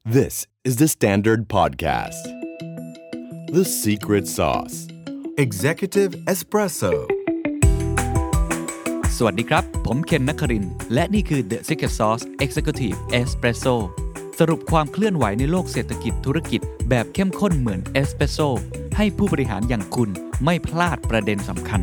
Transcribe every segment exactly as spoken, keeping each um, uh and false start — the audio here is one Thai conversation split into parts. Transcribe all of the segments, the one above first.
This is the Standard Podcast. The Secret Sauce Executive Espresso สวัสดีครับผมเคนนครินทร์และนี่คือ The Secret Sauce Executive Espresso สรุปความเคลื่อนไหวในโลกเศรษฐกิจธุรกิจแบบเข้มข้นเหมือนเอสเปรสโซ่ให้ผู้บริหารอย่างคุณไม่พลาดประเด็นสำคัญ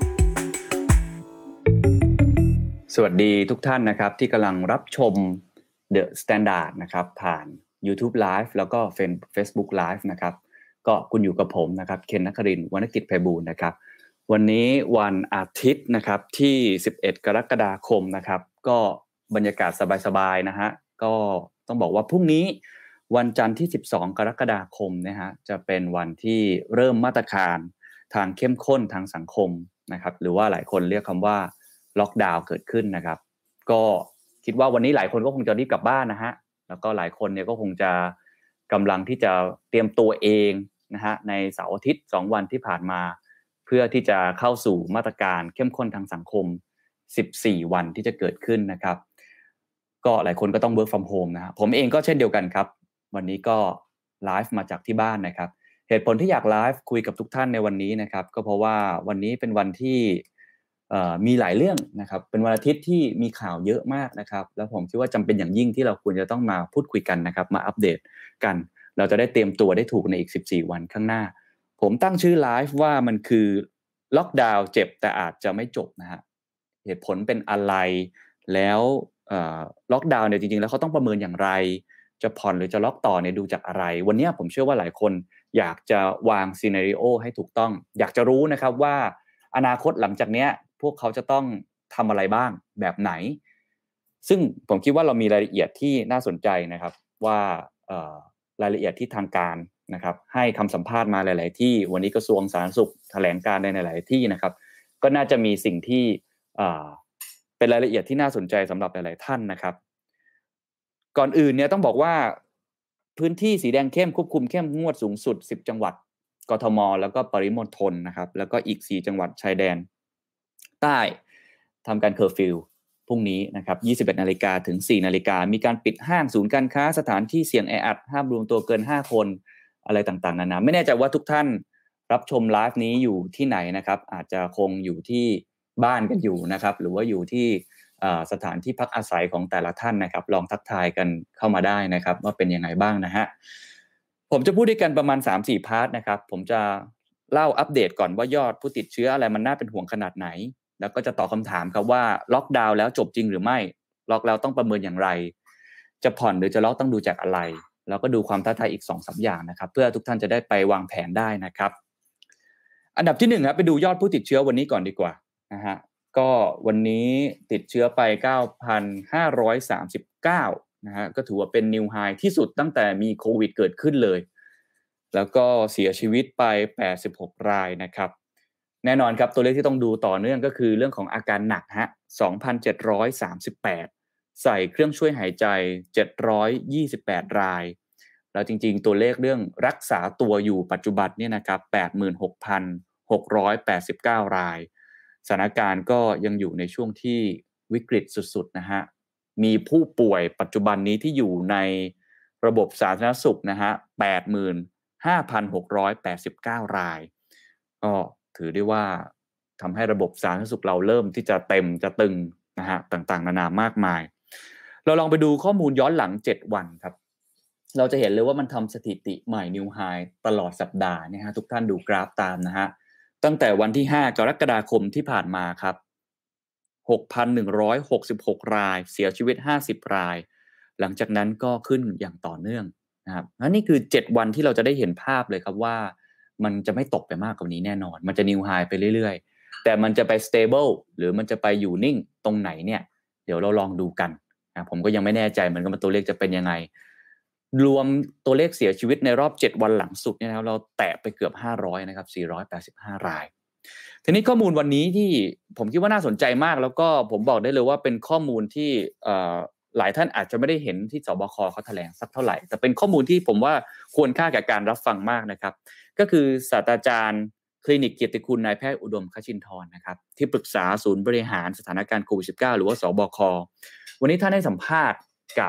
สวัสดีทุกท่านนะครับที่กำลังรับชม The Standard นะครับผ่าน YouTube Live แล้วก็ Facebook Live นะครับก็คุณอยู่กับผมนะครับเคนนครินทร์วรรณกิจไพบูลย์นะครับวันนี้วันอาทิตย์นะครับที่สิบเอ็ดกรกฎาคมนะครับก็บรรยากาศสบายๆนะฮะก็ต้องบอกว่าพรุ่งนี้วันจันทร์ที่สิบสองกรกฎาคมนะฮะจะเป็นวันที่เริ่มมาตรการทางเข้มข้นทางสังคมนะครับหรือว่าหลายคนเรียกคำว่าล็อกดาวน์เกิดขึ้นนะครับก็คิดว่าวันนี้หลายคนก็คงจะรีบกลับบ้านนะฮะแล้วก็หลายคนเนี่ยก็คงจะกำลังที่จะเตรียมตัวเองนะฮะในเสาร์อาทิตย์สองวันที่ผ่านมาเพื่อที่จะเข้าสู่มาตรการเข้มข้นทางสังคมสิบสี่วันที่จะเกิดขึ้นนะครับก็หลายคนก็ต้อง work from home นะฮะผมเองก็เช่นเดียวกันครับวันนี้ก็ไลฟ์มาจากที่บ้านนะครับเหตุผลที่อยากไลฟ์คุยกับทุกท่านในวันนี้นะครับก็เพราะว่าวันนี้เป็นวันที่มีหลายเรื่องนะครับเป็นวันอาทิตย์ที่มีข่าวเยอะมากนะครับแล้วผมคิดว่าจำเป็นอย่างยิ่งที่เราควรจะต้องมาพูดคุยกันนะครับมาอัปเดตกันเราจะได้เตรียมตัวได้ถูกในอีกสิบสี่วันข้างหน้าผมตั้งชื่อไลฟ์ว่ามันคือล็อกดาวน์เจ็บแต่อาจจะไม่จบนะฮะเหตุผลเป็นอะไรแล้วล็อกดาวน์เนี่ยจริงๆแล้วเขาต้องประเมินอย่างไรจะผ่อนหรือจะล็อกต่อเนี่ยดูจากอะไรวันนี้ผมเชื่อว่าหลายคนอยากจะวางซีนาริโอให้ถูกต้องอยากจะรู้นะครับว่าอนาคตหลังจากเนี้ยพวกเขาจะต้องทำอะไรบ้างแบบไหนซึ่งผมคิดว่าเรามีรายละเอียดที่น่าสนใจนะครับว่ารายละเอียดที่ทางการนะครับให้คำสัมภาษณ์มาหลายๆที่วันนี้กระทรวงสาธารณสุขแถลงการในหลายๆที่นะครับก็น่าจะมีสิ่งที่เป็นรายละเอียดที่น่าสนใจสำหรับหลายๆท่านนะครับก่อนอื่นเนี่ยต้องบอกว่าพื้นที่สีแดงเข้มควบคุมเข้มงวดสูงสุดสิบจังหวัดกทมแล้วก็ปริมณฑลนะครับแล้วก็อีกสี่จังหวัดชายแดนใต้ทำการเคอร์ฟิวพรุ่งนี้นะครับ ยี่สิบเอ็ดนาฬิกา ถึง สี่นาฬิกา มีการปิดห้างศูนย์การค้าสถานที่เสี่ยงแออัดห้ามรวมตัวเกินห้าคนอะไรต่างๆนานาไม่แน่ใจว่าทุกท่านรับชมไลฟ์นี้อยู่ที่ไหนนะครับอาจจะคงอยู่ที่บ้านกันอยู่นะครับหรือว่าอยู่ที่สถานที่พักอาศัยของแต่ละท่านนะครับลองทักทายกันเข้ามาได้นะครับว่าเป็นยังไงบ้างนะฮะผมจะพูดด้วยกันประมาณ สามสี่ พาร์ทนะครับผมจะเล่าอัปเดตก่อนว่ายอดผู้ติดเชื้ออะไรมันน่าเป็นห่วงขนาดไหนแล้วก็จะตอบคำถามครับว่าล็อกดาวน์แล้วจบจริงหรือไม่ล็อกแล้วต้องประเมินอย่างไรจะผ่อนหรือจะล็อกต้องดูจากอะไรแล้วก็ดูความท้าทายอีก สองสาม อย่างนะครับเพื่อทุกท่านจะได้ไปวางแผนได้นะครับอันดับที่หนึ่งครับไปดูยอดผู้ติดเชื้อวันนี้ก่อนดีกว่านะฮะก็วันนี้ติดเชื้อไป เก้าพันห้าร้อยสามสิบเก้า นะฮะก็ถือว่าเป็นนิวไฮที่สุดตั้งแต่มีโควิดเกิดขึ้นเลยแล้วก็เสียชีวิตไปแปดสิบหกรายนะครับแน่นอนครับตัวเลขที่ต้องดูต่อเนื่องก็คือเรื่องของอาการหนักฮะ สองพันเจ็ดร้อยสามสิบแปด ใส่เครื่องช่วยหายใจเจ็ดร้อยยี่สิบแปดรายแล้วจริงๆตัวเลขเรื่องรักษาตัวอยู่ปัจจุบันเนี่ยนะครับ แปดหมื่นหกพันหกร้อยแปดสิบเก้ารายสถานการณ์ก็ยังอยู่ในช่วงที่วิกฤตสุดๆนะฮะมีผู้ป่วยปัจจุบันนี้ที่อยู่ในระบบสาธารณสุขนะฮะ แปดหมื่นห้าพันหกร้อยแปดสิบเก้ารายก็ถือได้ว่าทำให้ระบบสาธารณสุขเราเริ่มที่จะเต็มจะตึงนะฮะต่างๆนานามากมายเราลองไปดูข้อมูลย้อนหลังเจ็ดวันครับเราจะเห็นเลยว่ามันทำสถิติใหม่นิวไฮตลอดสัปดาห์นะฮะทุกท่านดูกราฟตามนะฮะตั้งแต่วันที่ห้ากรกฎาคมที่ผ่านมาครับ หกพันหนึ่งร้อยหกสิบหกรายเสียชีวิตห้าสิบรายหลังจากนั้นก็ขึ้นอย่างต่อเนื่องนะครับและนี่คือเจ็ดวันที่เราจะได้เห็นภาพเลยครับว่ามันจะไม่ตกไปมากกว่านี้แน่นอนมันจะนิวไฮไปเรื่อยๆแต่มันจะไป stable หรือมันจะไปอยู่นิ่งตรงไหนเนี่ยเดี๋ยวเราลองดูกันนะผมก็ยังไม่แน่ใจเหมือนกันว่าตัวเลขจะเป็นยังไงรวมตัวเลขเสียชีวิตในรอบเจ็ดวันหลังสุดเนี่ยนะครับเราแตะไปเกือบห้าร้อยนะครับสี่ร้อยแปดสิบห้ารายทีนี้ข้อมูลวันนี้ที่ผมคิดว่าน่าสนใจมากแล้วก็ผมบอกได้เลยว่าเป็นข้อมูลที่หลายท่านอาจจะไม่ได้เห็นที่สบคเขาแถลงสักเท่าไหร่แต่เป็นข้อมูลที่ผมว่าควรค่าแก่การรับฟังมากนะครับก็คือศาสตราจารย์คลินิกเกียรติคุณนายแพทย์อุดมคชินทร์นะครับที่ปรึกษาศูนย์บริหารสถานการณ์โควิด สิบเก้า หรือว่าสบควันนี้ท่านให้สัมภาษณ์กับ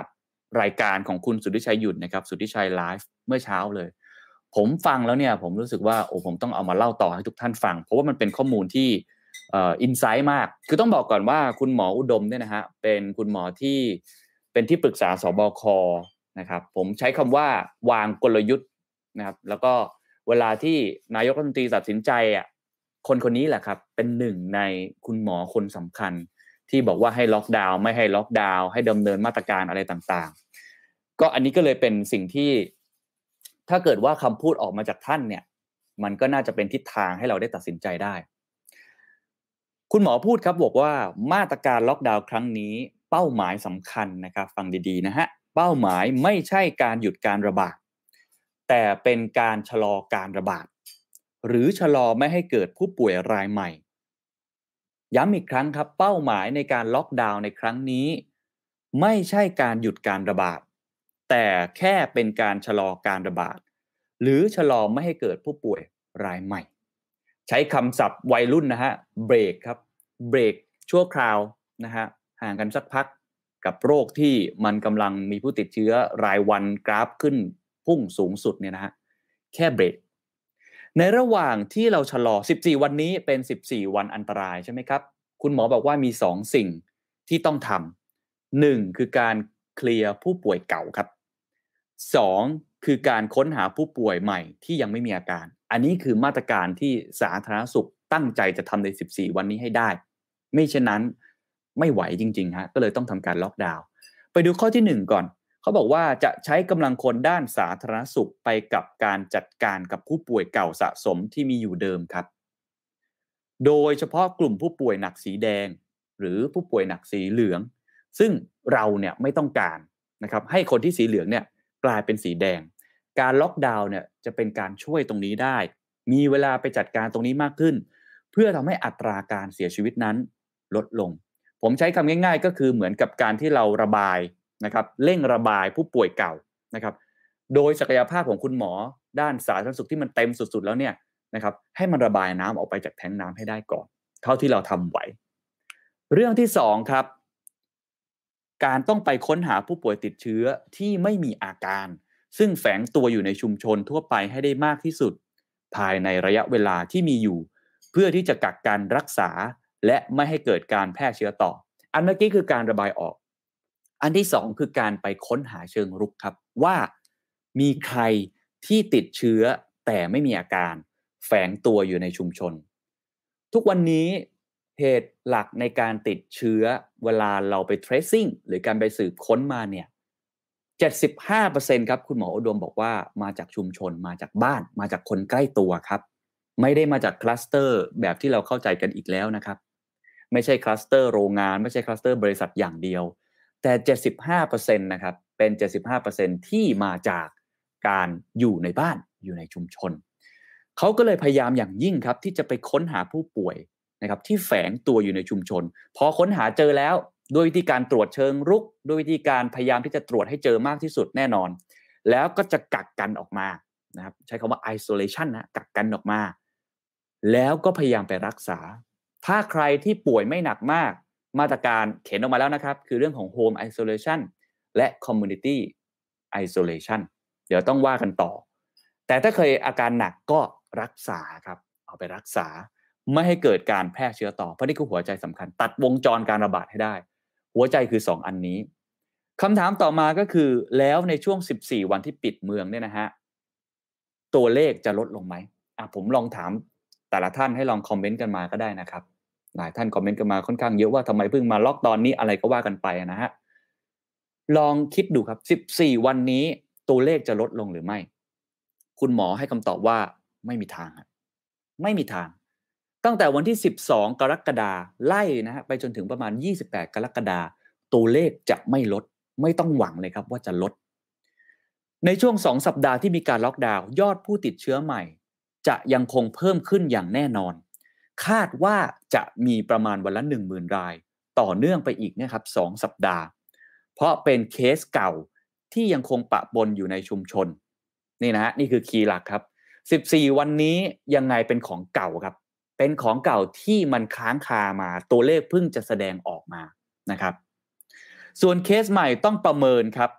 รายการของคุณสุทธิชัยหยุ่นนะครับสุทธิชัยไลฟ์เมื่อเช้าเลยผมฟังแล้วเนี่ยผมรู้สึกว่าโอ้ผมต้องเอามาเล่าต่อให้ทุกท่านฟังเพราะว่ามันเป็นข้อมูลที่เอ่ออินไซต์มากคือต้องบอกก่อนว่าคุณหมออุดมเนี่ยนะฮะเป็นคุณหมอที่เป็นที่ปรึกษาสบคนะครับผมใช้คำว่าวางกลยุทธ์นะครับแล้วก็เวลาที่นายกรัฐมนตรีตัดสินใจอ่ะคนคนนี้แหละครับเป็นหนึ่งในคุณหมอคนสำคัญที่บอกว่าให้ล็อกดาวน์ไม่ให้ล็อกดาวน์ให้ดำเนินมาตรการอะไรต่างๆก็อันนี้ก็เลยเป็นสิ่งที่ถ้าเกิดว่าคำพูดออกมาจากท่านเนี่ยมันก็น่าจะเป็นทิศทางให้เราได้ตัดสินใจได้คุณหมอพูดครับบอกว่ามาตรการล็อกดาวน์ครั้งนี้เป้าหมายสำคัญนะครับฟังดีๆนะฮะเป้าหมายไม่ใช่การหยุดการระบาดแต่เป็นการชะลอการระบาดหรือชะลอไม่ให้เกิดผู้ป่วยรายใหม่ย้ำอีกครั้งครับเป้าหมายในการล็อกดาวน์ในครั้งนี้ไม่ใช่การหยุดการระบาดแต่แค่เป็นการชะลอการระบาดหรือชะลอไม่ให้เกิดผู้ป่วยรายใหม่ใช้คำศัพท์วัยรุ่นนะฮะเบรกครับเบรกชั่วคราวนะฮะห่างกันสักพักกับโรคที่มันกำลังมีผู้ติดเชื้อรายวันกราฟขึ้นพุ่งสูงสุดเนี่ยนะฮะแค่เบรกในระหว่างที่เราชะลอสิบสี่วันนี้เป็นสิบสี่วันอันตรายใช่ไหมครับคุณหมอบอกว่ามีสองสิ่งที่ต้องทำหนึ่งคือการเคลียร์ผู้ป่วยเก่าครับสองคือการค้นหาผู้ป่วยใหม่ที่ยังไม่มีอาการอันนี้คือมาตรการที่สาธารณสุขตั้งใจจะทำในสิบสี่วันนี้ให้ได้ไม่เช่นนั้นไม่ไหวจริงๆฮะก็เลยต้องทำการล็อกดาวน์ไปดูข้อที่หนึ่งก่อนเขาบอกว่าจะใช้กำลังคนด้านสาธารณสุขไปกับการจัดการกับผู้ป่วยเก่าสะสมที่มีอยู่เดิมครับโดยเฉพาะกลุ่มผู้ป่วยหนักสีแดงหรือผู้ป่วยหนักสีเหลืองซึ่งเราเนี่ยไม่ต้องการนะครับให้คนที่สีเหลืองเนี่ยกลายเป็นสีแดงการล็อกดาวน์เนี่ยจะเป็นการช่วยตรงนี้ได้มีเวลาไปจัดการตรงนี้มากขึ้นเพื่อทำให้อัตราการเสียชีวิตนั้นลดลงผมใช้คำง่ายๆก็คือเหมือนกับการที่เราระบายนะครับเร่งระบายผู้ป่วยเก่านะครับโดยศักยภาพของคุณหมอด้านสาธารณสุขที่มันเต็มสุดๆแล้วเนี่ยนะครับให้มันระบายน้ำออกไปจากแท้งน้ำให้ได้ก่อนเท่าที่เราทำไหวเรื่องที่สองครับการต้องไปค้นหาผู้ป่วยติดเชื้อที่ไม่มีอาการซึ่งแฝงตัวอยู่ในชุมชนทั่วไปให้ได้มากที่สุดภายในระยะเวลาที่มีอยู่เพื่อที่จะกักกันรักษาและไม่ให้เกิดการแพร่เชื้อต่ออันเมื่อกี้คือการระบายออกอันที่สองคือการไปค้นหาเชิงรุกครับว่ามีใครที่ติดเชื้อแต่ไม่มีอาการแฝงตัวอยู่ในชุมชนทุกวันนี้เหตุหลักในการติดเชื้อเวลาเราไป tracing หรือการไปสืบค้นมาเนี่ย เจ็ดสิบห้าเปอร์เซ็นต์ ครับคุณหมออุดมบอกว่ามาจากชุมชนมาจากบ้านมาจากคนใกล้ตัวครับไม่ได้มาจากคลัสเตอร์แบบที่เราเข้าใจกันอีกแล้วนะครับไม่ใช่คลัสเตอร์โรงงานไม่ใช่คลัสเตอร์บริษัทอย่างเดียวแต่ เจ็ดสิบห้าเปอร์เซ็นต์ นะครับเป็น เจ็ดสิบห้าเปอร์เซ็นต์ ที่มาจากการอยู่ในบ้านอยู่ในชุมชนเขาก็เลยพยายามอย่างยิ่งครับที่จะไปค้นหาผู้ป่วยนะครับที่แฝงตัวอยู่ในชุมชนพอค้นหาเจอแล้วด้วยวิธีการตรวจเชิงรุกด้วยวิธีการพยายามที่จะตรวจให้เจอมากที่สุดแน่นอนแล้วก็จะกักกันออกมานะครับใช้คำว่า isolation นะกักกันออกมาแล้วก็พยายามไปรักษาถ้าใครที่ป่วยไม่หนักมากมาตรการเขียนออกมาแล้วนะครับคือเรื่องของ home isolation และ community isolation เดี๋ยวต้องว่ากันต่อแต่ถ้าเคยอาการหนักก็รักษาครับเอาไปรักษาไม่ให้เกิดการแพร่เชื้อต่อเพราะนี่คือหัวใจสำคัญตัดวงจรการระบาดให้ได้หัวใจคือสองอันนี้คำถามต่อมาก็คือแล้วในช่วงสิบสี่วันที่ปิดเมืองเนี่ยนะฮะตัวเลขจะลดลงไหมอ่ะผมลองถามแต่ละท่านให้ลองคอมเมนต์กันมาก็ได้นะครับหลายท่านคอมเมนต์กันมาค่อนข้างเยอะว่าทำไมเพิ่งมาล็อกตอนนี้อะไรก็ว่ากันไปนะฮะลองคิดดูครับสิบสี่วันนี้ตัวเลขจะลดลงหรือไม่คุณหมอให้คำตอบว่าไม่มีทางไม่มีทางตั้งแต่วันที่สิบสองกรกฎาคมไล่นะฮะไปจนถึงประมาณยี่สิบแปดกรกฎาคมตัวเลขจะไม่ลดไม่ต้องหวังเลยครับว่าจะลดในช่วงสองสัปดาห์ที่มีการล็อกดาวน์ยอดผู้ติดเชื้อใหม่จะยังคงเพิ่มขึ้นอย่างแน่นอนคาดว่าจะมีประมาณวันละ หนึ่งหมื่น รายต่อเนื่องไปอีกนะครับสองสัปดาห์เพราะเป็นเคสเก่าที่ยังคงปะปนอยู่ในชุมชนนี่นะฮะนี่คือคีย์หลักครับสิบสี่วันนี้ยังไงเป็นของเก่าครับเป็นของเก่าที่มันค้างคามาตัวเลขเพิ่งจะแสดงออกมานะครับส่วนเคสใหม่ต้องประเมินครับ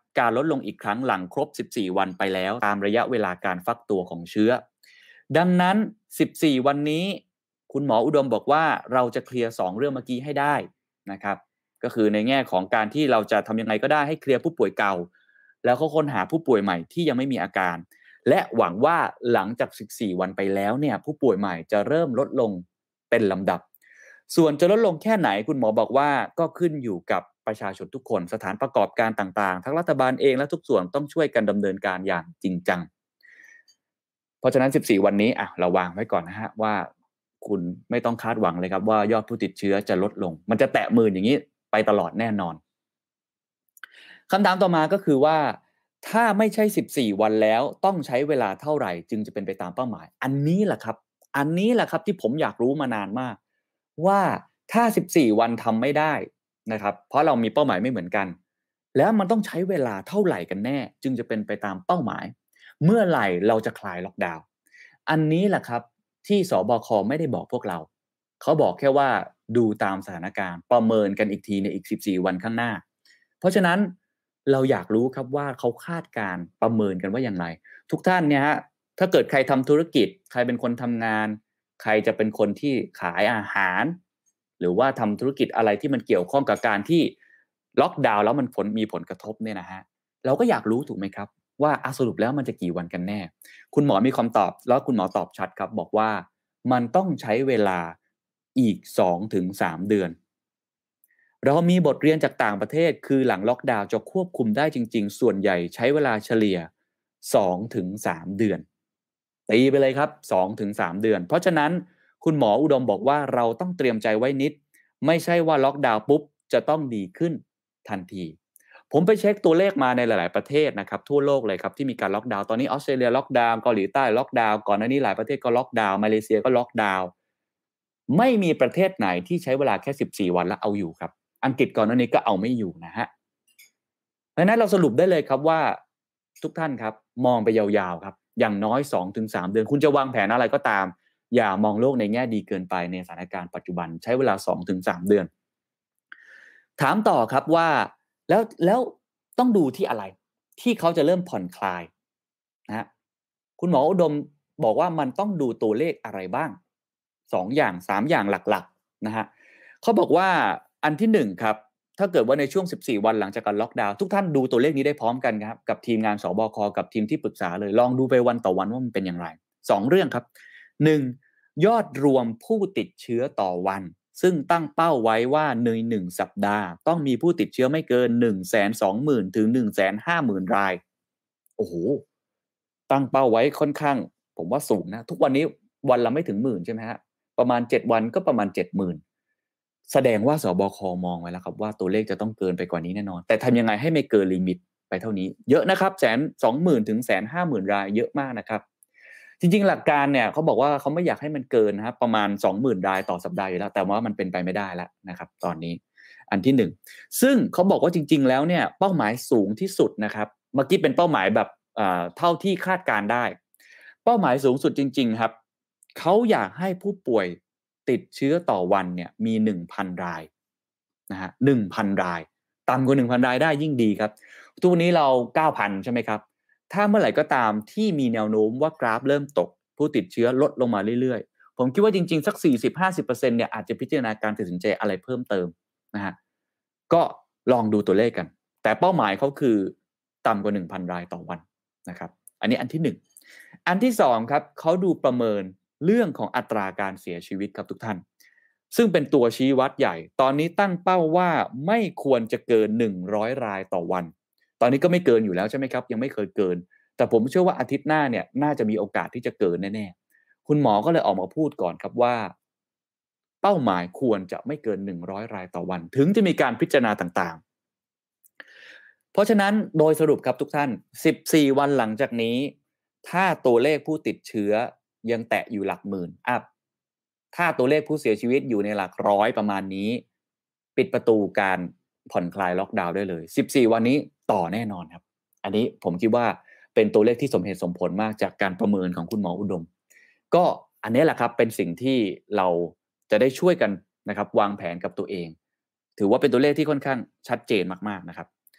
การลดลงอีกครั้งหลังครบสิบสี่วันไปแล้วตามระยะเวลาการฟักตัวของเชื้อดังนั้นสิบสี่วันนี้คุณหมออุดมบอกว่าเราจะเคลียร์สองเรื่องเมื่อกี้ให้ได้นะครับก็คือในแง่ของการที่เราจะทำยังไงก็ได้ให้เคลียร์ผู้ป่วยเก่าแล้วก็ค้นหาผู้ป่วยใหม่ที่ยังไม่มีอาการและหวังว่าหลังจากสิบสี่วันไปแล้วเนี่ยผู้ป่วยใหม่จะเริ่มลดลงเป็นลำดับส่วนจะลดลงแค่ไหนคุณหมอบอกว่าก็ขึ้นอยู่กับประชาชนทุกคนสถานประกอบการต่างๆทั้งรัฐบาลเองและทุกส่วนต้องช่วยกันดำเนินการอย่างจริงจังเพราะฉะนั้นสิบสี่วันนี้อ่ะเราวางไว้ก่อนนะฮะว่าคุณไม่ต้องคาดหวังเลยครับว่ายอดผู้ติดเชื้อจะลดลงมันจะแตะหมื่นอย่างนี้ไปตลอดแน่นอนคำถามต่อมาก็คือว่าถ้าไม่ใช่สิบสี่วันแล้วต้องใช้เวลาเท่าไหร่จึงจะเป็นไปตามเป้าหมายอันนี้แหละครับอันนี้แหละครับที่ผมอยากรู้มานานมากว่าถ้าสิบสี่วันทำไม่ได้นะครับเพราะเรามีเป้าหมายไม่เหมือนกันแล้วมันต้องใช้เวลาเท่าไหร่กันแน่จึงจะเป็นไปตามเป้าหมายเมื่อไหร่เราจะคลายล็อกดาวน์อันนี้แหละครับที่สบคไม่ได้บอกพวกเราเขาบอกแค่ว่าดูตามสถานการณ์ประเมินกันอีกทีในอีกสิบสี่วันข้างหน้าเพราะฉะนั้นเราอยากรู้ครับว่าเขาคาดการณ์ประเมินกันว่าอย่างไรทุกท่านเนี่ยฮะถ้าเกิดใครทำธุรกิจใครเป็นคนทำงานใครจะเป็นคนที่ขายอาหารหรือว่าทำธุรกิจอะไรที่มันเกี่ยวข้องกับการที่ล็อกดาวน์แล้วมันผลมีผลกระทบเนี่ยนะฮะเราก็อยากรู้ถูกไหมครับว่าสรุปแล้วมันจะกี่วันกันแน่คุณหมอมีคำตอบแล้วคุณหมอตอบชัดครับบอกว่ามันต้องใช้เวลาอีก สองถึงสาม เดือนเรามีบทเรียนจากต่างประเทศคือหลังล็อกดาวน์จะควบคุมได้จริงๆส่วนใหญ่ใช้เวลาเฉลี่ย สองถึงสาม เดือนตีไปเลยครับ สองถึงสาม เดือนเพราะฉะนั้นคุณหมออุดมบอกว่าเราต้องเตรียมใจไว้นิดไม่ใช่ว่าล็อกดาวน์ปุ๊บจะต้องดีขึ้นทันทีผมไปเช็คตัวเลขมาในหลายๆประเทศนะครับทั่วโลกเลยครับที่มีการล็อกดาวน์ตอนนี้ออสเตรเลียล็อกดาวน์เกาหลีใต้ล็อกดาวน์ก่อนหน้านี้หลายประเทศก็ล็อกดาวน์มาเลเซียก็ล็อกดาวน์ไม่มีประเทศไหนที่ใช้เวลาแค่สิบสี่วันแล้วเอาอยู่ครับอังกฤษก่อนหน้านี้ก็เอาไม่อยู่นะฮะเพราะฉะนั้นเราสรุปได้เลยครับว่าทุกท่านครับมองไปยาวๆครับอย่างน้อย สองถึงสาม เดือนคุณจะวางแผนอะไรก็ตามอย่ามองโลกในแง่ดีเกินไปในสถานการณ์ปัจจุบันใช้เวลา สองถึงสาม เดือนถามต่อครับว่าแล้วแล้วต้องดูที่อะไรที่เขาจะเริ่มผ่อนคลายนะฮะคุณหมออุดมบอกว่ามันต้องดูตัวเลขอะไรบ้างสองอย่างสามอย่างหลักๆนะฮะเขาบอกว่าอันที่หนึ่งครับถ้าเกิดว่าในช่วงสิบสี่วันหลังจากการล็อกดาวน์ทุกท่านดูตัวเลขนี้ได้พร้อมกันครับกับทีมงานสบคกับทีมที่ปรึกษาเลยลองดูไปวันต่อวันว่ามันเป็นอย่างไรสองเรื่องครับหนึ่งยอดรวมผู้ติดเชื้อต่อวันซึ่งตั้งเป้าไว้ว่าในหนึ่งสัปดาห์ต้องมีผู้ติดเชื้อไม่เกิน หนึ่งแสนสองหมื่น ถึง หนึ่งแสนห้าหมื่น รายโอ้โหตั้งเป้าไว้ค่อนข้างผมว่าสูงนะทุกวันนี้วันละไม่ถึงหมื่นใช่ไหมฮะประมาณเจ็ดวันก็ประมาณ เจ็ดหมื่น แสดงว่าสบคมองไว้แล้วครับว่าตัวเลขจะต้องเกินไปกว่านี้แน่นอนแต่ทำยังไงให้ไม่เกินลิมิตไปเท่านี้เยอะนะครับแสนสองหมื่นถึงแสนห้าหมื่นรายเยอะมากนะครับจริงๆหลักการเนี่ยเขาบอกว่าเขาไม่อยากให้มันเกินนะครับประมาณ สองหมื่น รายต่อสัปดาห์อยู่แล้วแต่ว่ามันเป็นไปไม่ได้แล้วนะครับตอนนี้อันที่หนึ่งซึ่งเขาบอกว่าจริงๆแล้วเนี่ยเป้าหมายสูงที่สุดนะครับเมื่อกี้เป็นเป้าหมายแบบเท่าที่คาดการได้เป้าหมายสูงสุดจริงๆครับเขาอยากให้ผู้ป่วยติดเชื้อต่อวันเนี่ยมี หนึ่งพัน รายนะฮะ หนึ่งพัน รายต่ำกว่า หนึ่งพัน รายได้ยิ่งดีครับทุกวันนี้เรา เก้าพัน ใช่ไหมครับถ้าเมื่อไหร่ก็ตามที่มีแนวโน้มว่ากราฟเริ่มตกผู้ติดเชื้อลดลงมาเรื่อยๆผมคิดว่าจริงๆสัก สี่สิบถึงห้าสิบเปอร์เซ็นต์ เนี่ยอาจจะพิจารณาการตัดสินใจอะไรเพิ่มเติมนะฮะก็ลองดูตัวเลขกันแต่เป้าหมายเขาคือต่ำกว่า หนึ่งพัน รายต่อวันนะครับอันนี้อันที่หนึ่งอันที่สองครับเขาดูประเมินเรื่องของอัตราการเสียชีวิตครับทุกท่านซึ่งเป็นตัวชี้วัดใหญ่ตอนนี้ตั้งเป้าว่าไม่ควรจะเกินหนึ่งร้อยรายต่อวันตอนนี้ก็ไม่เกินอยู่แล้วใช่ไหมครับยังไม่เคยเกินแต่ผมเชื่อว่าอาทิตย์หน้าเนี่ยน่าจะมีโอกาสที่จะเกินแน่ๆคุณหมอก็เลยออกมาพูดก่อนครับว่าเป้าหมายควรจะไม่เกินหนึ่งร้อยรายต่อวันถึงจะมีการพิจารณาต่างๆเพราะฉะนั้นโดยสรุปครับทุกท่านสิบสี่วันหลังจากนี้ถ้าตัวเลขผู้ติดเชื้อยังแตะอยู่หลักหมื่นอัพถ้าตัวเลขผู้เสียชีวิตอยู่ในหลักร้อยประมาณนี้ปิดประตูการผ่อนคลายล็อกดาวน์ได้เลยสิบสี่วันนี้ต่อแน่นอนครับอันนี้ผมคิดว่าเป็นตัวเลขที่สมเหตุสมผลมากจากการประเมินของคุณหมออุดมก็อันนี้แหละครับเป็นสิ่งที่เราจะได้ช่วยกันนะครับวางแผนกับตัวเองถือว่าเป็นตัวเลขที่ค่อนข้างชัดเจนมากๆนะครับ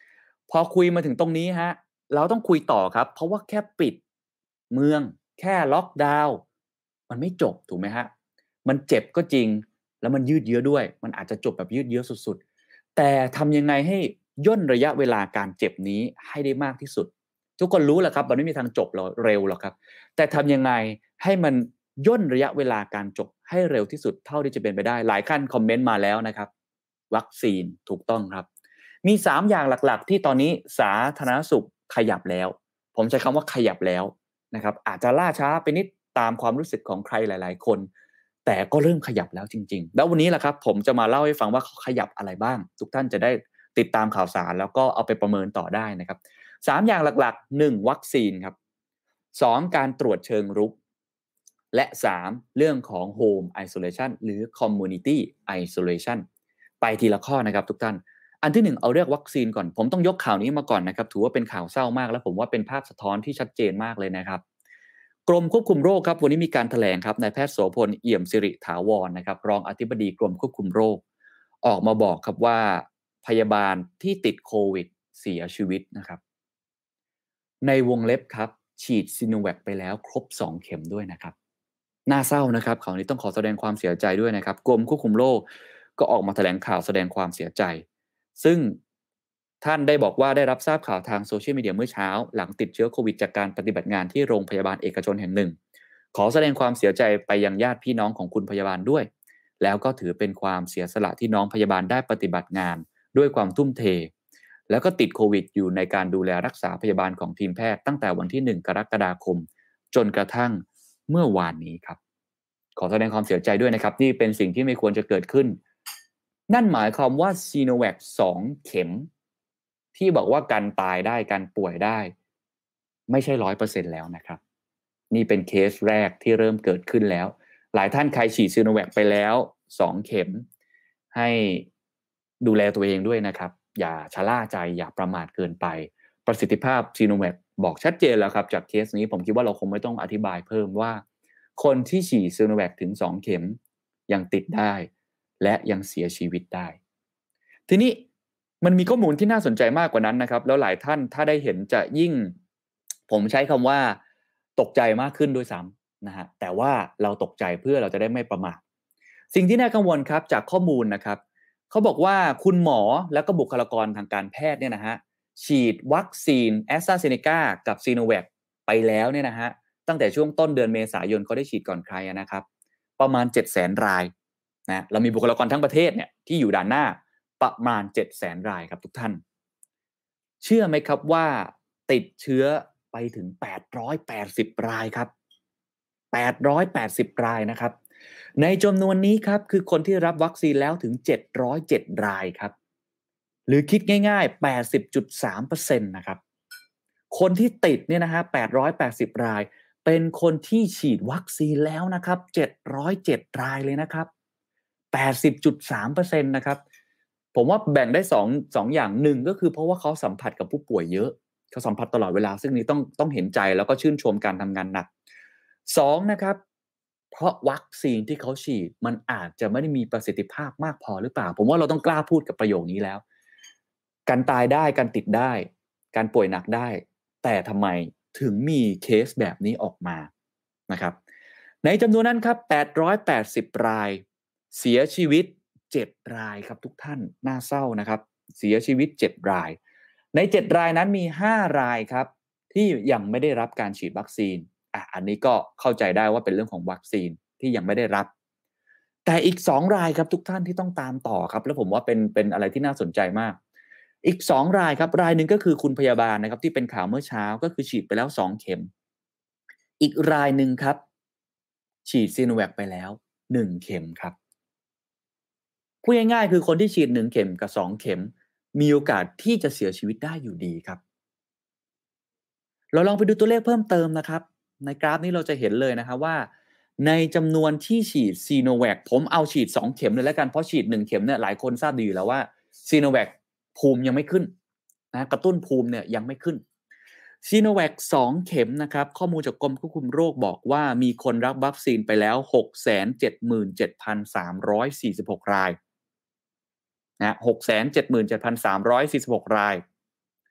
พอคุยมาถึงตรงนี้ฮะเราต้องคุยต่อครับเพราะว่าแค่ปิดเมืองแค่ล็อกดาวน์มันไม่จบถูกไหมฮะมันเจ็บก็จริงแล้วมันยืดเยื้อด้วยมันอาจจะจบแบบยืดเยื้อสุดๆแต่ทำยังไงให้ย่นระยะเวลาการเจ็บนี้ให้ได้มากที่สุดทุกคนรู้แหละครับมันไม่มีทางจบเร็วหรอกครับแต่ทำยังไงให้มันย่นระยะเวลาการจบให้เร็วที่สุดเท่าที่จะเป็นไปได้หลายท่านคอมเมนต์มาแล้วนะครับวัคซีนถูกต้องครับมีสามอย่างหลักๆที่ตอนนี้สาธารณสุขขยับแล้วผมใช้คำว่าขยับแล้วนะครับอาจจะล่าช้าไปนิดตามความรู้สึกของใครหลายๆคนแต่ก็เริ่มขยับแล้วจริงๆแล้ววันนี้แหละครับผมจะมาเล่าให้ฟังว่าเขาขยับอะไรบ้างทุกท่านจะได้ติดตามข่าวสารแล้วก็เอาไปประเมินต่อได้นะครับสามอย่างหลักๆหนึ่งวัคซีนครับสองการตรวจเชิงรุกและสามเรื่องของ Home Isolation หรือ Community Isolation ไปทีละข้อนะครับทุกท่านอันที่หนึ่งเอาเรื่องวัคซีนก่อนผมต้องยกข่าวนี้มาก่อนนะครับถือว่าเป็นข่าวเศร้ามากและผมว่าเป็นภาพสะท้อนที่ชัดเจนมากเลยนะครับกรมควบคุมโรคครับวันนี้มีการแถลงครับนายแพทย์โสพลเอี่ยมสิริถาวรนะครับรองอธิบดีกรมควบคุมโรคออกมาบอกครับว่าพยาบาลที่ติดโควิดเสียชีวิตนะครับในวงเล็บครับฉีดซิโนแวคไปแล้วครบสองเข็มด้วยนะครับน่าเศร้านะครับข่าวนี้ต้องขอแสดงความเสียใจด้วยนะครับกรมควบคุมโรคก็ออกมาแถลงข่าวแสดงความเสียใจซึ่งท่านได้บอกว่าได้รับทราบข่าวทางโซเชียลมีเดียเมื่อเช้าหลังติดเชื้อโควิดจากการปฏิบัติงานที่โรงพยาบาลเอกชนแห่งหนึ่งขอแสดงความเสียใจไปยังญาติพี่น้องของคุณพยาบาลด้วยแล้วก็ถือเป็นความเสียสละที่น้องพยาบาลได้ปฏิบัติงานด้วยความทุ่มเทแล้วก็ติดโควิดอยู่ในการดูแลรักษาพยาบาลของทีมแพทย์ตั้งแต่วันที่หนึ่งกรกฎาคมจนกระทั่งเมื่อวานนี้ครับขอแสดงความเสียใจด้วยนะครับนี่เป็นสิ่งที่ไม่ควรจะเกิดขึ้นนั่นหมายความว่าซีโนแวคสองเข็มที่บอกว่ากันตายได้กันป่วยได้ไม่ใช่ ร้อยเปอร์เซ็นต์ แล้วนะครับนี่เป็นเคสแรกที่เริ่มเกิดขึ้นแล้วหลายท่านใครฉีดซีโนแวคไปแล้วสองเข็มให้ดูแลตัวเองด้วยนะครับอย่าชะล่าใจอย่าประมาทเกินไปประสิทธิภาพซีโนแวคบอกชัดเจนแล้วครับจากเคสนี้ผมคิดว่าเราคงไม่ต้องอธิบายเพิ่มว่าคนที่ฉีดซีโนแวคถึงสองเข็มยังติดได้และยังเสียชีวิตได้ทีนี้มันมีข้อมูลที่น่าสนใจมากกว่านั้นนะครับแล้วหลายท่านถ้าได้เห็นจะยิ่งผมใช้คำว่าตกใจมากขึ้นด้วยซ้ำนะฮะแต่ว่าเราตกใจเพื่อเราจะได้ไม่ประมาทสิ่งที่น่ากังวลครับจากข้อมูลนะครับเขาบอกว่าคุณหมอและก็บุคลากรทางการแพทย์เนี่ยนะฮะฉีดวัคซีนแอสตราเซเนกากับซีโนแวคไปแล้วเนี่ยนะฮะตั้งแต่ช่วงต้นเดือนเมษายนเขาได้ฉีดก่อนใครนะครับประมาณ เจ็ดแสน รายนะเรามีบุคลากรทั้งประเทศเนี่ยที่อยู่ด่านหน้าประมาณ เจ็ดแสน รายครับทุกท่านเชื่อไหมครับว่าติดเชื้อไปถึงแปดร้อยแปดสิบรายครับแปดร้อยแปดสิบรายนะครับในจำนวนนี้ครับคือคนที่รับวัคซีนแล้วถึงเจ็ดร้อยเจ็ดรายครับหรือคิดง่ายๆ แปดสิบจุดสามเปอร์เซ็นต์ นะครับคนที่ติดเนี่ยนะฮะแปดร้อยแปดสิบรายเป็นคนที่ฉีดวัคซีนแล้วนะครับเจ็ดร้อยเจ็ดรายเลยนะครับ แปดสิบจุดสามเปอร์เซ็นต์ นะครับผมว่าแบ่งได้สอง สองอย่างหนึ่งก็คือเพราะว่าเขาสัมผัสกับผู้ป่วยเยอะเขาสัมผัสตลอดเวลาซึ่งนี้ต้องต้องเห็นใจแล้วก็ชื่นชมการทำงานหนักสองนะครับเพราะวัคซีนที่เขาฉีดมันอาจจะไม่ได้มีประสิทธิภาพมากพอหรือเปล่าผมว่าเราต้องกล้าพูดกับประโยคนี้แล้วการตายได้การติดได้การป่วยหนักได้แต่ทำไมถึงมีเคสแบบนี้ออกมานะครับในจำนวนนั้นครับแปดร้อยแปดสิบรายเสียชีวิตเจ็ดรายครับทุกท่านน่าเศร้านะครับเสียชีวิตเจ็ดรายในเจ็ดรายนั้นมีห้ารายครับที่ยังไม่ได้รับการฉีดวัคซีนอ่ะอันนี้ก็เข้าใจได้ว่าเป็นเรื่องของวัคซีนที่ยังไม่ได้รับแต่อีกสองรายครับทุกท่านที่ต้องตามต่อครับแล้วผมว่าเป็นเป็นอะไรที่น่าสนใจมากอีกสองรายครับรายหนึ่งก็คือคุณพยาบาลนะครับที่เป็นข่าวเมื่อเช้าก็คือฉีดไปแล้วสองเข็มอีกรายหนึ่งครับฉีดซีโนแวคไปแล้วหนึ่งเข็มครับพูดง่ายๆคือคนที่ฉีดหนึ่งเข็มกับสองเข็มมีโอกาสที่จะเสียชีวิตได้อยู่ดีครับเราลองไปดูตัวเลขเพิ่มเติมนะครับในกราฟนี้เราจะเห็นเลยนะครับว่าในจำนวนที่ฉีดซีโนแวคผมเอาฉีดสองเข็มเลยแล้วกันเพราะฉีดหนึ่งเข็มเนี่ยหลายคนทราบดีอยู่แล้วว่าซีโนแวคภูมิยังไม่ขึ้นนะกระตุ้นภูมิเนี่ยยังไม่ขึ้นซีโนแวคสองเข็มนะครับข้อมูลจากกรมควบคุมโรคบอกว่ามีคนรับวัคซีนไปแล้ว หกแสนเจ็ดหมื่นเจ็ดพันสามร้อยสี่สิบหก รายนะ หกแสนเจ็ดหมื่นเจ็ดพันสามร้อยสี่สิบหก ราย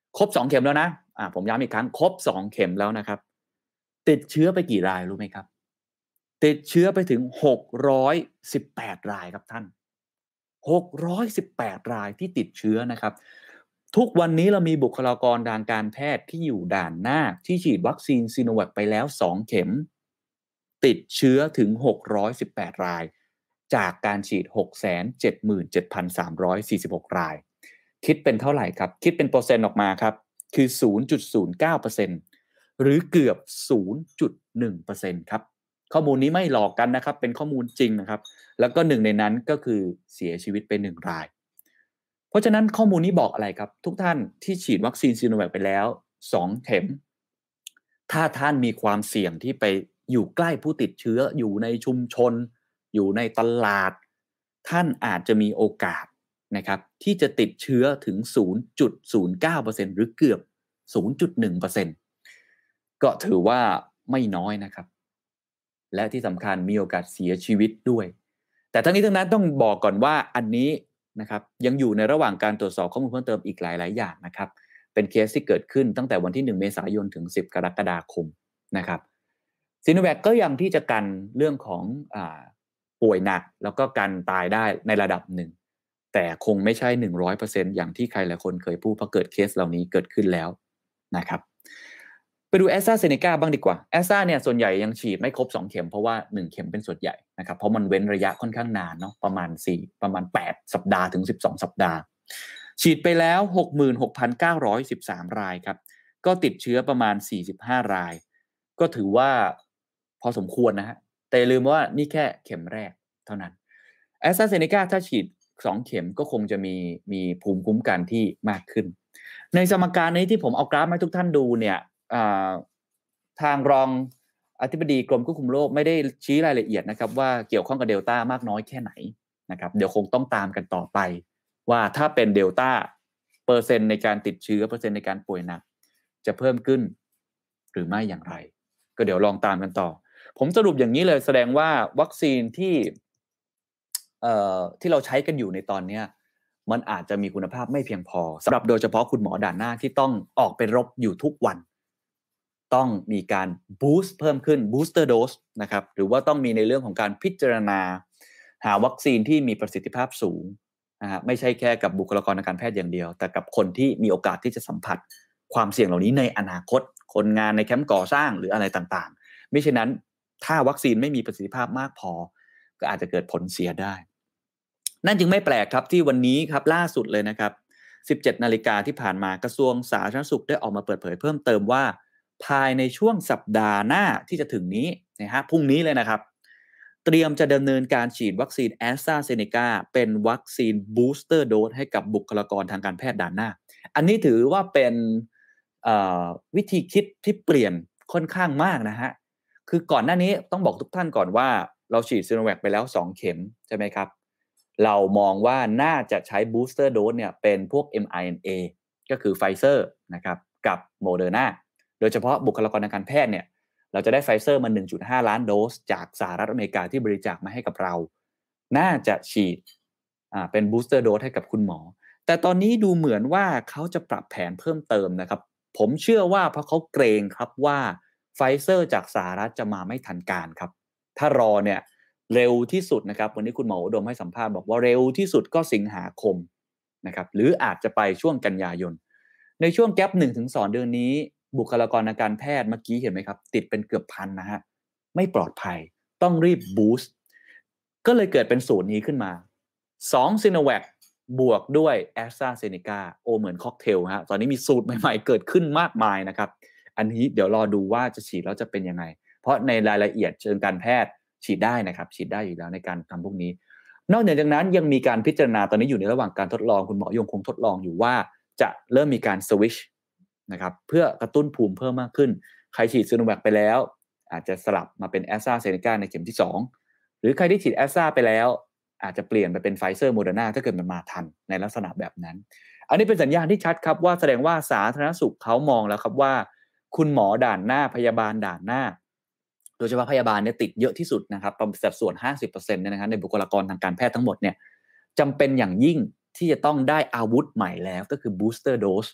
ครบสองเข็มแล้วนะอ่าผมย้ำอีกครั้งครบสองเข็มแล้วนะครับติดเชื้อไปกี่รายรู้ไหมครับติดเชื้อไปถึงหกร้อยสิบแปดรายครับท่านหกร้อยสิบแปดรายที่ติดเชื้อนะครับทุกวันนี้เรามีบุคลากรทางการแพทย์ที่อยู่ด่านหน้าที่ฉีดวัคซีนซิโนแวคไปแล้วสองเข็มติดเชื้อถึงหกร้อยสิบแปดรายจากการฉีด หกแสนเจ็ดหมื่นเจ็ดพันสามร้อยสี่สิบหก รายคิดเป็นเท่าไหร่ครับคิดเป็นเปอร์เซ็นต์ออกมาครับคือ ศูนย์จุดศูนย์เก้าเปอร์เซ็นต์ หรือเกือบ ศูนย์จุดหนึ่งเปอร์เซ็นต์ ครับข้อมูลนี้ไม่หลอกกันนะครับเป็นข้อมูลจริงนะครับแล้วก็หนึ่งในนั้นก็คือเสียชีวิตไปหนึ่งรายเพราะฉะนั้นข้อมูลนี้บอกอะไรครับทุกท่านที่ฉีดวัคซีนซิโนแวคไปแล้วสองเข็มถ้าท่านมีความเสี่ยงที่ไปอยู่ใกล้ผู้ติดเชื้ออยู่ในชุมชนอยู่ในตลาดท่านอาจจะมีโอกาสนะครับที่จะติดเชื้อถึง ศูนย์จุดศูนย์เก้าเปอร์เซ็นต์ หรือเกือบ ศูนย์จุดหนึ่งเปอร์เซ็นต์ ก็ถือว่าไม่น้อยนะครับและที่สำคัญมีโอกาสเสียชีวิตด้วยแต่ทั้งนี้ทั้งนั้นต้องบอกก่อนว่าอันนี้นะครับยังอยู่ในระหว่างการตรวจสอบข้อมูลเพิ่มเติมอีกหลายๆอย่างนะครับเป็นเคสที่เกิดขึ้นตั้งแต่วันที่หนึ่งเมษายนถึงสิบกรกฎาคมนะครับซิโนแวคก็ยังที่จะกันเรื่องของอ่าป่วยหนักแล้วก็กันตายได้ในระดับหนึ่งแต่คงไม่ใช่ หนึ่งร้อยเปอร์เซ็นต์ อย่างที่ใครหลายคนเคยพูดเพราะเกิดเคสเหล่านี้เกิดขึ้นแล้วนะครับไปดู AstraZeneca บ้างดีกว่า Astra เนี่ยส่วนใหญ่ยังฉีดไม่ครบสองเข็มเพราะว่าหนึ่งเข็มเป็นส่วนใหญ่นะครับเพราะมันเว้นระยะค่อนข้างนานเนาะประมาณสี่ประมาณแปดสัปดาห์ถึงสิบสองสัปดาห์ฉีดไปแล้ว หกหมื่นหกพันเก้าร้อยสิบสาม รายครับก็ติดเชื้อประมาณสี่สิบห้ารายก็ถือว่าพอสมควรนะฮะแต่อย่าลืมว่านี่แค่เข็มแรกเท่านั้น AstraZeneca ถ้าฉีดสองเข็มก็คงจะมีมีภูมิคุ้มกันที่มากขึ้นในสมการนี้ที่ผมเอากราฟให้ทุกท่านดูเนี่ยทางรองอธิบดีกรมควบคุมโรคไม่ได้ชี้รายละเอียดนะครับว่าเกี่ยวข้องกับเดลต้ามากน้อยแค่ไหนนะครับเดี๋ยวคงต้องตามกันต่อไปว่าถ้าเป็นเดลต้าเปอร์เซ็นต์ในการติดเชื้อเปอร์เซ็นต์ในการป่วยหนักจะเพิ่มขึ้นหรือไม่อย่างไรก็เดี๋ยวลองตามกันต่อผมสรุปอย่างนี้เลยแสดงว่าวัคซีนที่เอ่อที่เราใช้กันอยู่ในตอนนี้มันอาจจะมีคุณภาพไม่เพียงพอสำหรับโดยเฉพาะคุณหมอด่านหน้าที่ต้องออกไปรบอยู่ทุกวันต้องมีการบูสต์เพิ่มขึ้นบูสเตอร์โดสนะครับหรือว่าต้องมีในเรื่องของการพิจารณาหาวัคซีนที่มีประสิทธิภาพสูงนะฮะไม่ใช่แค่กับบุคลากรทางการแพทย์อย่างเดียวแต่กับคนที่มีโอกาสที่จะสัมผัสความเสี่ยงเหล่านี้ในอนาคตคนงานในแคมป์ก่อสร้างหรืออะไรต่างๆไม่เช่นนั้นถ้าวัคซีนไม่มีประสิทธิภาพมากพอก็อาจจะเกิดผลเสียได้นั่นจึงไม่แปลกครับที่วันนี้ครับล่าสุดเลยนะครับ สิบเจ็ดนาฬิกาที่ผ่านมากระทรวงสาธารณสุขได้ออกมาเปิดเผยเพิ่มเติมว่าภายในช่วงสัปดาห์หน้าที่จะถึงนี้นะฮะพรุ่งนี้เลยนะครับเตรียมจะดำเนินการฉีดวัคซีน AstraZeneca เป็นวัคซีนบูสเตอร์โดสให้กับบุคลากรทางการแพทย์ด่านหน้าอันนี้ถือว่าเป็นวิธีคิดที่เปลี่ยนค่อนข้างมากนะฮะคือก่อนหน้านี้ต้องบอกทุกท่านก่อนว่าเราฉีดซิโนแวคไปแล้วสองเข็มใช่ไหมครับเรามองว่าน่าจะใช้บูสเตอร์โดสเนี่ยเป็นพวก เอ็ม อาร์ เอ็น เอ ก็คือ Pfizer นะครับกับ Moderna โดยเฉพาะบุคลากรทางการแพทย์เนี่ยเราจะได้ Pfizer มา หนึ่งจุดห้า ล้านโดสจากสหรัฐอเมริกาที่บริจาคมาให้กับเราน่าจะฉีดอ่าเป็นบูสเตอร์โดสให้กับคุณหมอแต่ตอนนี้ดูเหมือนว่าเขาจะปรับแผนเพิ่มเติมนะครับผมเชื่อว่าเพราะเขาเกรงครับว่า Pfizer จากสหรัฐจะมาไม่ทันการครับถ้ารอเนี่ยเร็วที่สุดนะครับวันนี้คุณหมออุดมให้สัมภาษณ์บอกว่าเร็วที่สุดก็สิงหาคมนะครับหรืออาจจะไปช่วงกันยายนในช่วงแก๊ป หนึ่งถึงสอง เดือนนี้บุคลากรทางการแพทย์เมื่อกี้เห็นไหมครับติดเป็นเกือบพันนะฮะไม่ปลอดภัยต้องรีบบูสต์ก็เลยเกิดเป็นสูตรนี้ขึ้นมาสอง Sinovac บวกด้วย AstraZeneca โอเหมือนค็อกเทลฮะตอนนี้มีสูตรใหม่ๆเกิดขึ้นมากมายนะครับอันนี้เดี๋ยวรอดูว่าจะฉีดแล้วจะเป็นยังไงเพราะในรายละเอียดเชิงการแพทย์ฉีดได้นะครับฉีดได้อยู่แล้วในการทำพวกนี้นอกเหนือจากนั้นยังมีการพิจารณาตอนนี้อยู่ในระหว่างการทดลองคุณหมอยังคงทดลองอยู่ว่าจะเริ่มมีการสวิชนะครับเพื่อกระตุ้นภูมิเพิ่มมากขึ้นใครฉีดซิโนแวคไปแล้วอาจจะสลับมาเป็น AstraZeneca ในเข็มที่สองหรือใครที่ฉีด Astra ไปแล้วอาจจะเปลี่ยนไปเป็น Pfizer Moderna ถ้าเกิดมันมาทันในลักษณะแบบนั้นอันนี้เป็นสัญญาณที่ชัดครับว่าแสดงว่าสาธารณสุขเขามองแล้วครับว่าคุณหมอด่านหน้าพยาบาลด่านหน้าโดยเฉพาะพยาบาลเนี่ยติดเยอะที่สุดนะครับประมาณสัดส่วน ห้าสิบเปอร์เซ็นต์ เนี่ยนะครับในบุคลากรทางการแพทย์ทั้งหมดเนี่ยจำเป็นอย่างยิ่งที่จะต้องได้อาวุธใหม่แล้วก็คือ booster dose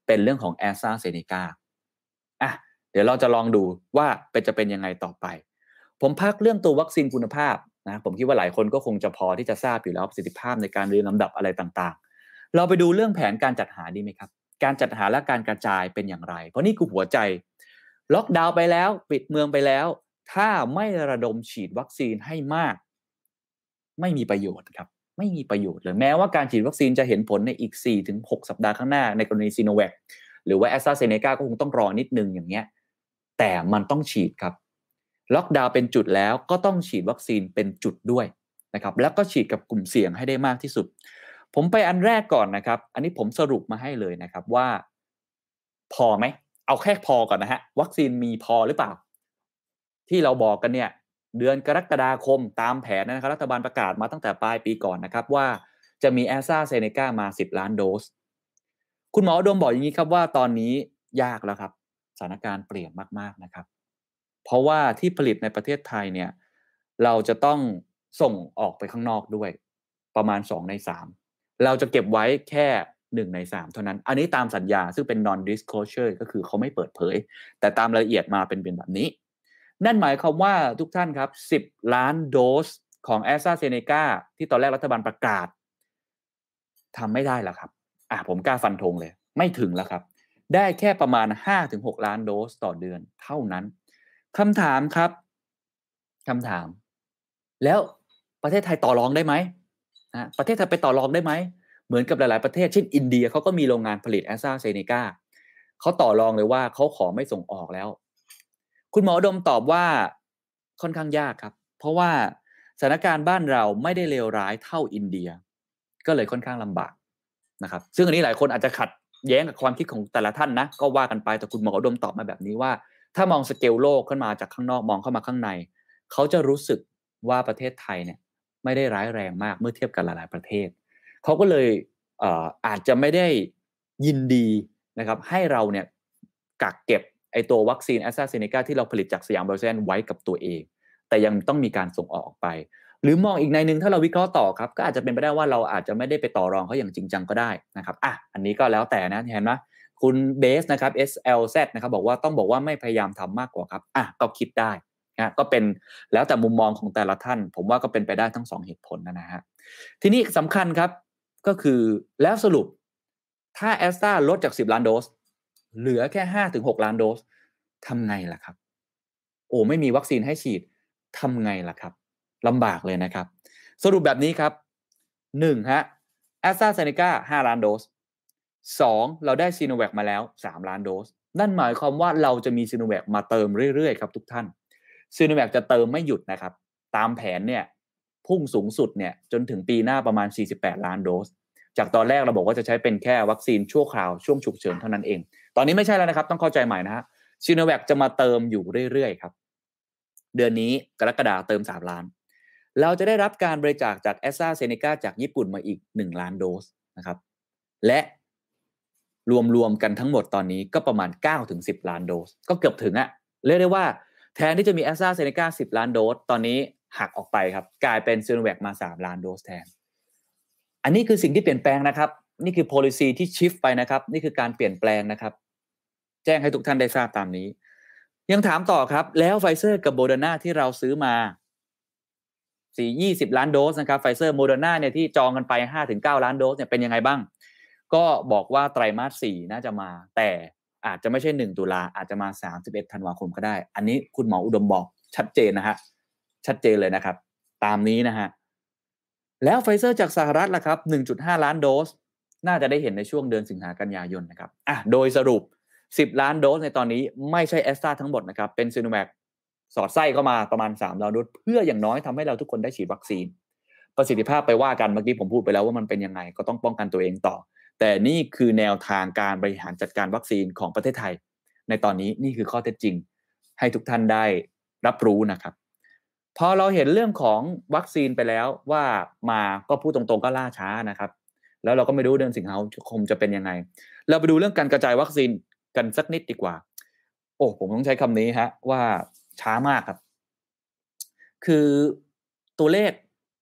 เป็นเรื่องของ AstraZeneca อ่ะเดี๋ยวเราจะลองดูว่าเป็นจะเป็นยังไงต่อไปผมพักเรื่องตัววัคซีนคุณภาพนะผมคิดว่าหลายคนก็คงจะพอที่จะทราบอยู่แล้วประสิทธิภาพในการเรียงลำดับอะไรต่างๆเราไปดูเรื่องแผนการจัดหาดีไหมครับการจัดหาและการกระจายเป็นอย่างไรเพราะนี่คือหัวใจล็อกดาวน์ไปแล้วปิดเมืองไปแล้วถ้าไม่ระดมฉีดวัคซีนให้มากไม่มีประโยชน์ครับไม่มีประโยชน์เลยแม้ว่าการฉีดวัคซีนจะเห็นผลในอีก สี่ถึงหก สัปดาห์ข้างหน้าในกรณีซีโนแวคหรือว่า AstraZeneca ก็คงต้องรอนิดนึงอย่างเงี้ยแต่มันต้องฉีดครับล็อกดาวน์เป็นจุดแล้วก็ต้องฉีดวัคซีนเป็นจุดด้วยนะครับแล้วก็ฉีดกับกลุ่มเสี่ยงให้ได้มากที่สุดผมไปอันแรกก่อนนะครับอันนี้ผมสรุปมาให้เลยนะครับว่าพอไหมเอาแค่พอก่อนนะฮะวัคซีนมีพอหรือเปล่าที่เราบอกกันเนี่ยเดือนกรกฎาคมตามแผนนะครับรัฐบาลประกาศมาตั้งแต่ปลายปีก่อนนะครับว่าจะมี AstraZeneca มาสิบล้านโดสคุณหมออุดมบอกอย่างนี้ครับว่าตอนนี้ยากแล้วครับสถานการณ์เปลี่ยนมากๆนะครับเพราะว่าที่ผลิตในประเทศไทยเนี่ยเราจะต้องส่งออกไปข้างนอกด้วยประมาณสองในสามเราจะเก็บไว้แค่หนึ่งในสามเท่านั้นอันนี้ตามสัญญาซึ่งเป็น non disclosure ก็คือเขาไม่เปิดเผยแต่ตามรายละเอียดมาเป็นเป็นแบบนี้นั่นหมายความว่าทุกท่านครับสิบล้านโดสของ AstraZeneca ที่ตอนแรกรัฐบาลประกาศทำไม่ได้แล้วครับอ่ะผมกล้าฟันธงเลยไม่ถึงแล้วครับได้แค่ประมาณ ห้าถึงหก ล้านโดสต่อเดือนเท่านั้นคำถามครับคำถามแล้วประเทศไทยต่อรองได้ไหมนะประเทศไทยไปต่อรองได้ไหมเหมือนกับหลายๆประเทศเช่นอินเดียเขาก็มีโรงงานผลิต AstraZeneca เขาต่อรองเลยว่าเขาขอไม่ส่งออกแล้วคุณหมอดมตอบว่าค่อนข้างยากครับเพราะว่าสถานการณ์บ้านเราไม่ได้เลวร้ายเท่าอินเดียก็เลยค่อนข้างลำบากนะครับซึ่งอันนี้หลายคนอาจจะขัดแย้งกับความคิดของแต่ละท่านนะก็ว่ากันไปแต่คุณหมอดมตอบมาแบบนี้ว่าถ้ามองสเกลโลกขึ้นมาจากข้างนอกมองเข้ามาข้างในเขาจะรู้สึกว่าประเทศไทยเนี่ยไม่ได้ร้ายแรงมากเมื่อเทียบกับหลายๆประเทศเขาก็เลยเอ่ออาจจะไม่ได้ยินดีนะครับให้เราเนี่ยกักเก็บไอตัววัคซีน AstraZeneca ที่เราผลิตจากสยามไบโอไซเอนซ์ไว้กับตัวเองแต่ยังต้องมีการส่งออกออกไปหรือมองอีกในนึงถ้าเราวิเคราะห์ต่อครับก็อาจจะเป็นไปได้ว่าเราอาจจะไม่ได้ไปต่อรองเขาอย่างจริงจังก็ได้นะครับอ่ะอันนี้ก็แล้วแต่นะเห็นไหมคุณเบสนะครับ เอส แอล แซด นะครับบอกว่าต้องบอกว่าไม่พยายามทำมากกว่าครับอ่ะก็คิดได้นะก็เป็นแล้วแต่มุมมองของแต่ละท่านผมว่าก็เป็นไปได้ทั้งสองเหตุผลนะฮะทีนี้สำคัญครับก็คือแล้วสรุปถ้าแอสตราลดจากสิบล้านโดสเหลือแค่ ห้าถึงหก ล้านโดสทำไงล่ะครับโอ้ไม่มีวัคซีนให้ฉีดทำไงล่ะครับลำบากเลยนะครับสรุปแบบนี้ครับหนึ่งฮะ AstraZeneca ห้าล้านโดสสองเราได้ซีโนแวคมาแล้วสามล้านโดสนั่นหมายความว่าเราจะมีซีโนแวคมาเติมเรื่อยๆครับทุกท่านซีโนแวคจะเติมไม่หยุดนะครับตามแผนเนี่ยพุ่งสูงสุดเนี่ยจนถึงปีหน้าประมาณสี่สิบแปดล้านโดสจากตอนแรกเราบอกว่าจะใช้เป็นแค่วัคซีนชั่วคราวช่วงฉุกเฉินเท่านั้นเองตอนนี้ไม่ใช่แล้วนะครับต้องเข้าใจใหม่นะฮะซีโนแวคจะมาเติมอยู่เรื่อยๆครับเดือนนี้กรกฎาคมเติมสามล้านเราจะได้รับการบริจาคจาก AstraZeneca จากญี่ปุ่นมาอีกหนึ่งล้านโดสนะครับและรวมๆกันทั้งหมดตอนนี้ก็ประมาณ เก้าถึงสิบ ล้านโดสก็เกือบถึงอะเรียกได้ว่าแทนที่จะมี AstraZeneca สิบล้านโดสตอนนี้หักออกไปครับกลายเป็น Sinovac มาสามล้านโดสแทนอันนี้คือสิ่งที่เปลี่ยนแปลงนะครับนี่คือ policy ที่ shift ไปนะครับนี่คือการเปลี่ยนแปลงนะครับแจ้งให้ทุกท่านได้ทราบตามนี้ยังถามต่อครับแล้ว Pfizer กับ Moderna ที่เราซื้อมาสี่ ยี่สิบล้านโดสนะครับ Pfizer Moderna เนี่ยที่จองกันไป ห้าถึงเก้า ล้านโดสเนี่ยเป็นยังไงบ้างก็บอกว่าไตรมาสสี่น่าจะมาแต่อาจจะไม่ใช่หนึ่งตุลาอาจจะมาสามสิบเอ็ดธันวาคมก็ได้อันนี้คุณหมออุดมบอกชัดเจนนะฮะชัดเจนเลยนะครับตามนี้นะฮะแล้ว Pfizer จากสหรัฐล่ะครับ หนึ่งจุดห้า ล้านโดสน่าจะได้เห็นในช่วงเดือนสิงหากันยายนนะครับอ่ะโดยสรุปสิบล้านโดสในตอนนี้ไม่ใช่ Astra ทั้งหมดนะครับเป็น Sinovac สอดไส้เข้ามาประมาณสามล้านโดสเพื่ออย่างน้อยทำให้เราทุกคนได้ฉีดวัคซีนประสิทธิภาพไปว่ากันเมื่อกี้ผมพูดไปแล้วว่ามันเป็นยังไงก็ต้องป้องกันตัวเองต่อแต่นี่คือแนวทางการบริหารจัดการวัคซีนของประเทศไทยในตอนนี้นี่คือข้อเท็จจริงให้ทุกท่านได้รับรู้นะครับพอเราเห็นเรื่องของวัคซีนไปแล้วว่ามาก็พูดตรงๆก็ล่าช้านะครับแล้วเราก็ไม่รู้เดือนสิงหาคมจะเป็นยังไงเราไปดูเรื่องการกระจายวัคซีนกันสักนิดดีกว่าโอ้ผมต้องใช้คำนี้ฮะว่าช้ามากครับคือตัวเลข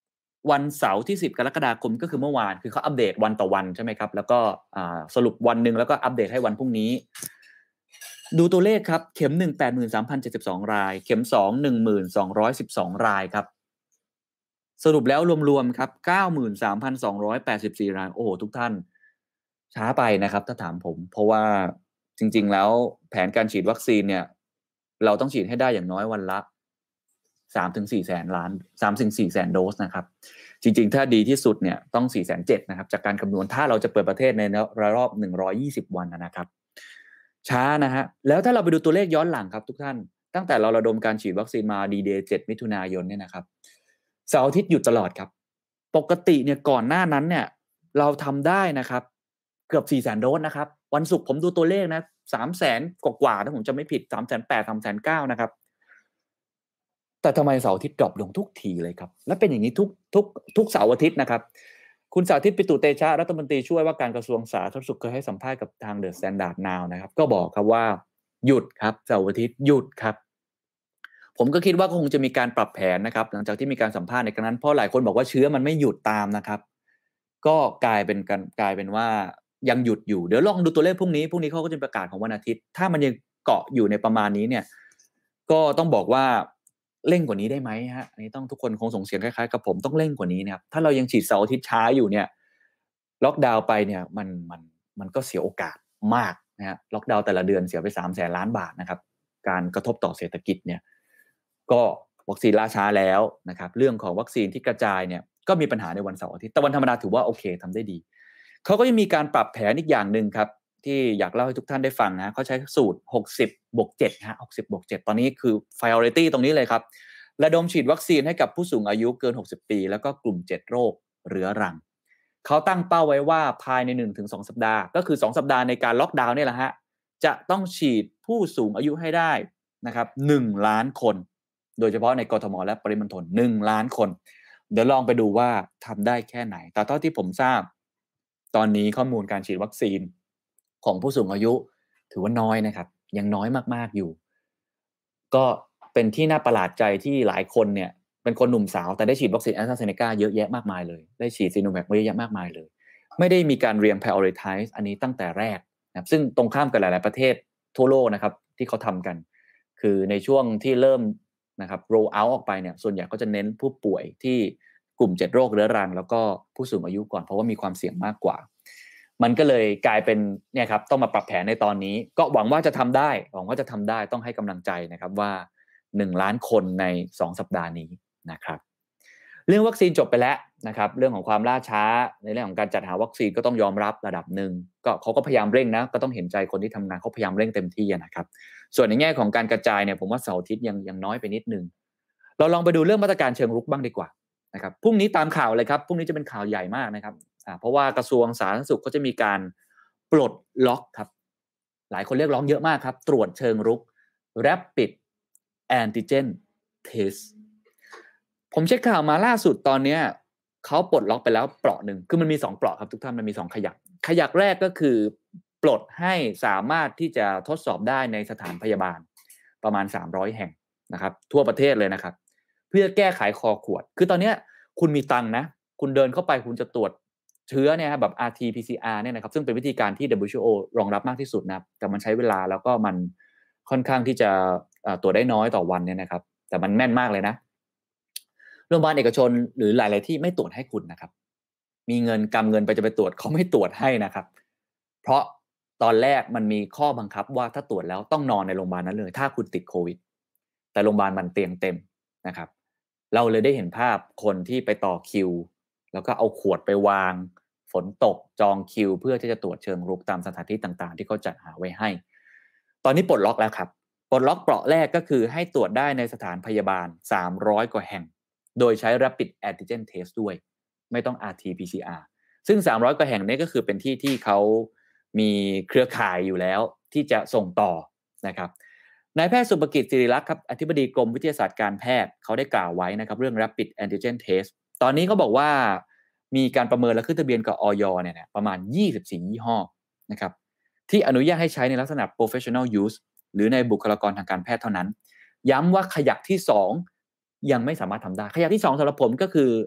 วันเสาร์ที่สิบกรกฎาคมก็คือเมื่อวานคือเขาอัปเดตวันต่อวันใช่ไหมครับแล้วก็สรุปวันนึงแล้วก็อัปเดตให้วันพรุ่งนี้ดูตัวเลขครับเข็มหนึ่ง แปดหมื่นสามพันเจ็ดสิบสอง รายเข็มสอง หนึ่งหมื่นสองร้อยสิบสอง รายครับสรุปแล้วรวมๆครับ เก้าหมื่นสามพันสองร้อยแปดสิบสี่ รายโอ้โหทุกท่านช้าไปนะครับถ้าถามผมเพราะว่าจริงๆแล้วแผนการฉีดวัคซีนเนี่ยเราต้องฉีดให้ได้อย่างน้อยวันละ สามถึงสี่ แสนล้าน สามถึงสี่ แสนโดสนะครับจริงๆถ้าดีที่สุดเนี่ยต้อง สี่แสนเจ็ด นะครับจากการคำนวณถ้าเราจะเปิดประเทศในระรอบหนึ่งร้อยยี่สิบวันนะครับช้านะฮะแล้วถ้าเราไปดูตัวเลขย้อนหลังครับทุกท่านตั้งแต่เราระดมการฉีดวัคซีนมา ดี เดย์ เจ็ดมิถุนายนเนี่ยนะครับเสาร์อาทิตย์หยุดตลอดครับปกติเนี่ยก่อนหน้านั้นเนี่ยเราทำได้นะครับเกือบ สี่แสน โดสนะครับวันศุกร์ผมดูตัวเลขนะ สามแสน กว่าๆถ้าผมจำไม่ผิด สามแสนแปด สามแสนเก้า นะครับแต่ทำไมเสาร์อาทิตย์ดรอปลงทุกทีเลยครับและเป็นอย่างนี้ทุกทุกทุกเสาร์อาทิตย์นะครับคุณสาธิตปิตุเตชะรัฐมนตรีช่วยว่าการกระทรวงสาธารณสุขเคยให้สัมภาษณ์กับทาง The Standard Now นะครับก็บอกครับว่าหยุดครับเสาร์อาทิตย์หยุดครับผมก็คิดว่าคงจะมีการปรับแผนนะครับหลังจากที่มีการสัมภาษณ์ในครั้งนั้นเพราะหลายคนบอกว่าเชื้อมันไม่หยุดตามนะครับก็กลายเป็นกันกลายเป็นว่ายังหยุดอยู่เดี๋ยวลองดูตัวเลขพรุ่งนี้พรุ่งนี้เขาก็จะประกาศของวันอาทิตย์ถ้ามันยังเกาะอยู่ในประมาณนี้เนี่ยก็ต้องบอกว่าเร่งกว่านี้ได้ไหมฮะอันนี้ต้องทุกคนคงส่งเสียงคล้ายๆกับผมต้องเร่งกว่านี้นะครับถ้าเรายังฉีดเสาร์อาทิตย์ช้าอยู่เนี่ยล็อกดาวน์ไปเนี่ยมันมันมันก็เสียโอกาสมากนะฮะล็อกดาวน์แต่ละเดือนเสียไป สามแสน ล้านบาทนะครับการกระทบต่อเศรษฐกิจเนี่ยก็วัคซีนล่าช้าแล้วนะครับเรื่องของวัคซีนที่กระจายเนี่ยก็มีปัญหาในวันเสาร์อาทิตย์แต่วันธรรมดาถือว่าโอเคทำได้ดีเขาก็ยังมีการปรับแผนอีกอย่างนึงครับที่อยากเล่าให้ทุกท่านได้ฟังนะเขาใช้สูตรหกสิบบวกเจ็ดฮะหกสิบบวกเจ็ดตอนนี้คือ priority ตรงนี้เลยครับระดมฉีดวัคซีนให้กับผู้สูงอายุเกินหกสิบปีแล้วก็กลุ่มเจ็ดโรคเรื้อรังเขาตั้งเป้าไว้ว่าภายใน หนึ่งถึงสอง สัปดาห์ก็คือสองสัปดาห์ในการล็อกดาวน์นี่แหละฮะจะต้องฉีดผู้สูงอายุให้ได้นะครับหนึ่งล้านคนโดยเฉพาะในกทมและปริมณฑลหนึ่งล้านคนเดี๋ยวลองไปดูว่าทำได้แค่ไหนแต่เท่าที่ผมทราบตอนนี้ข้อมูลการฉีดวัคซีนของผู้สูงอายุถือว่าน้อยนะครับยังน้อยมากๆอยู่ก็เป็นที่น่าประหลาดใจที่หลายคนเนี่ยเป็นคนหนุ่มสาวแต่ได้ฉีดวัคซีนแอสตราเซเนกาเยอะแยะมากมายเลยได้ฉีดซีโนแวคเยอะแยะมากมายเลยไม่ได้มีการเรียง prioritize อันนี้ตั้งแต่แรกนะครับซึ่งตรงข้ามกับหลายๆประเทศทั่วโลกนะครับที่เขาทำกันคือในช่วงที่เริ่มนะครับ roll out ออกไปเนี่ยส่วนใหญ่ก็จะเน้นผู้ป่วยที่กลุ่มเจ็ดโรคเรื้อรังแล้วก็ผู้สูงอายุก่อนเพราะว่ามีความเสี่ยงมากกว่ามันก็เลยกลายเป็นเนี่ยครับต้องมาปรับแผนในตอนนี้ก็หวังว่าจะทำได้หวังว่าจะทำได้ต้องให้กำลังใจนะครับว่าหนึ่งล้านคนในสองสัปดาห์นี้นะครับเรื่องวัคซีนจบไปแล้วนะครับเรื่องของความล่าช้าในเรื่องของการจัดหาวัคซีนก็ต้องยอมรับระดับหนึ่งก็เขาก็พยายามเร่งนะก็ต้องเห็นใจคนที่ทำงานเขาพยายามเร่งเต็มที่นะครับส่วนในแง่ของการกระจายเนี่ยผมว่าเสาร์อาทิตย์ยังยังน้อยไปนิดนึงเราลองไปดูเรื่องมาตรการเชิงรุกบ้างดีกว่านะครับพรุ่งนี้ตามข่าวเลยครับพรุ่งนี้จะเป็นข่าวใหญ่มากนะครับเพราะว่ากระทรวงสาธารณสุขเขาจะมีการปลดล็อกครับหลายคนเรียกร้องเยอะมากครับตรวจเชิงรุก Rapid Antigen Test ผมเช็คข่าวมาล่าสุดตอนนี้เขาปลดล็อกไปแล้วเปราะหนึ่งคือมันมีสองเปราะครับทุกท่านมันมีสองขยักขยักแรกก็คือปลดให้สามารถที่จะทดสอบได้ในสถานพยาบาลประมาณสามร้อยแห่งนะครับทั่วประเทศเลยนะครับเพื่อแก้ไขคอขวดคือตอนนี้คุณมีตังค์นะคุณเดินเข้าไปคุณจะตรวจเชื้อเนี่ยแบบ อาร์ ที พี ซี อาร์ เนี่ยนะครับซึ่งเป็นวิธีการที่ ดับเบิลยู เอช โอ รองรับมากที่สุดนะแต่มันใช้เวลาแล้วก็มันค่อนข้างที่จะตรวจได้น้อยต่อวันเนี่ยนะครับแต่มันแม่นมากเลยนะโรงพยาบาลเอกชนหรือหลายๆที่ไม่ตรวจให้คุณนะครับมีเงินกำเงินไปจะไปตรวจเขาไม่ตรวจให้นะครับเพราะตอนแรกมันมีข้อบังคับว่าถ้าตรวจแล้วต้องนอนในโรงพยาบาลนั้นเลยถ้าคุณติดโควิดแต่โรงพยาบาลมันเตียงเต็มนะครับเราเลยได้เห็นภาพคนที่ไปต่อคิวแล้วก็เอาขวดไปวางฝนตกจองคิวเพื่อที่จะตรวจเชิงรุกตามสถานที่ต่างๆที่เขาจัดหาไว้ให้ตอนนี้ปลดล็อกแล้วครับปลดล็อกเปราะแรกก็คือให้ตรวจได้ในสถานพยาบาลสามร้อยกว่าแห่งโดยใช้ Rapid Antigen Test ด้วยไม่ต้อง อาร์ ที พี ซี อาร์ ซึ่งสามร้อยกว่าแห่งนี้ก็คือเป็นที่ที่เขามีเครือข่ายอยู่แล้วที่จะส่งต่อนะครับนายแพทย์สุภกิจศิริลักษณ์ครับอธิบดีกรมวิทยาศาสตร์การแพทย์เขาได้กล่าวไว้นะครับเรื่อง Rapid Antigen Test ตอนนี้เขาบอกว่ามีการประเมินและขึ้นทะเบียนกับ อย เนี่ยนะประมาณยี่สิบสี่ยี่ห้อนะครับที่อนุญาตให้ใช้ในลักษณะ professional use หรือในบุคลากรทางการแพทย์เท่านั้นย้ำว่าขยักที่สองยังไม่สามารถทำได้ขยักที่สองสำหรับผมก็คือ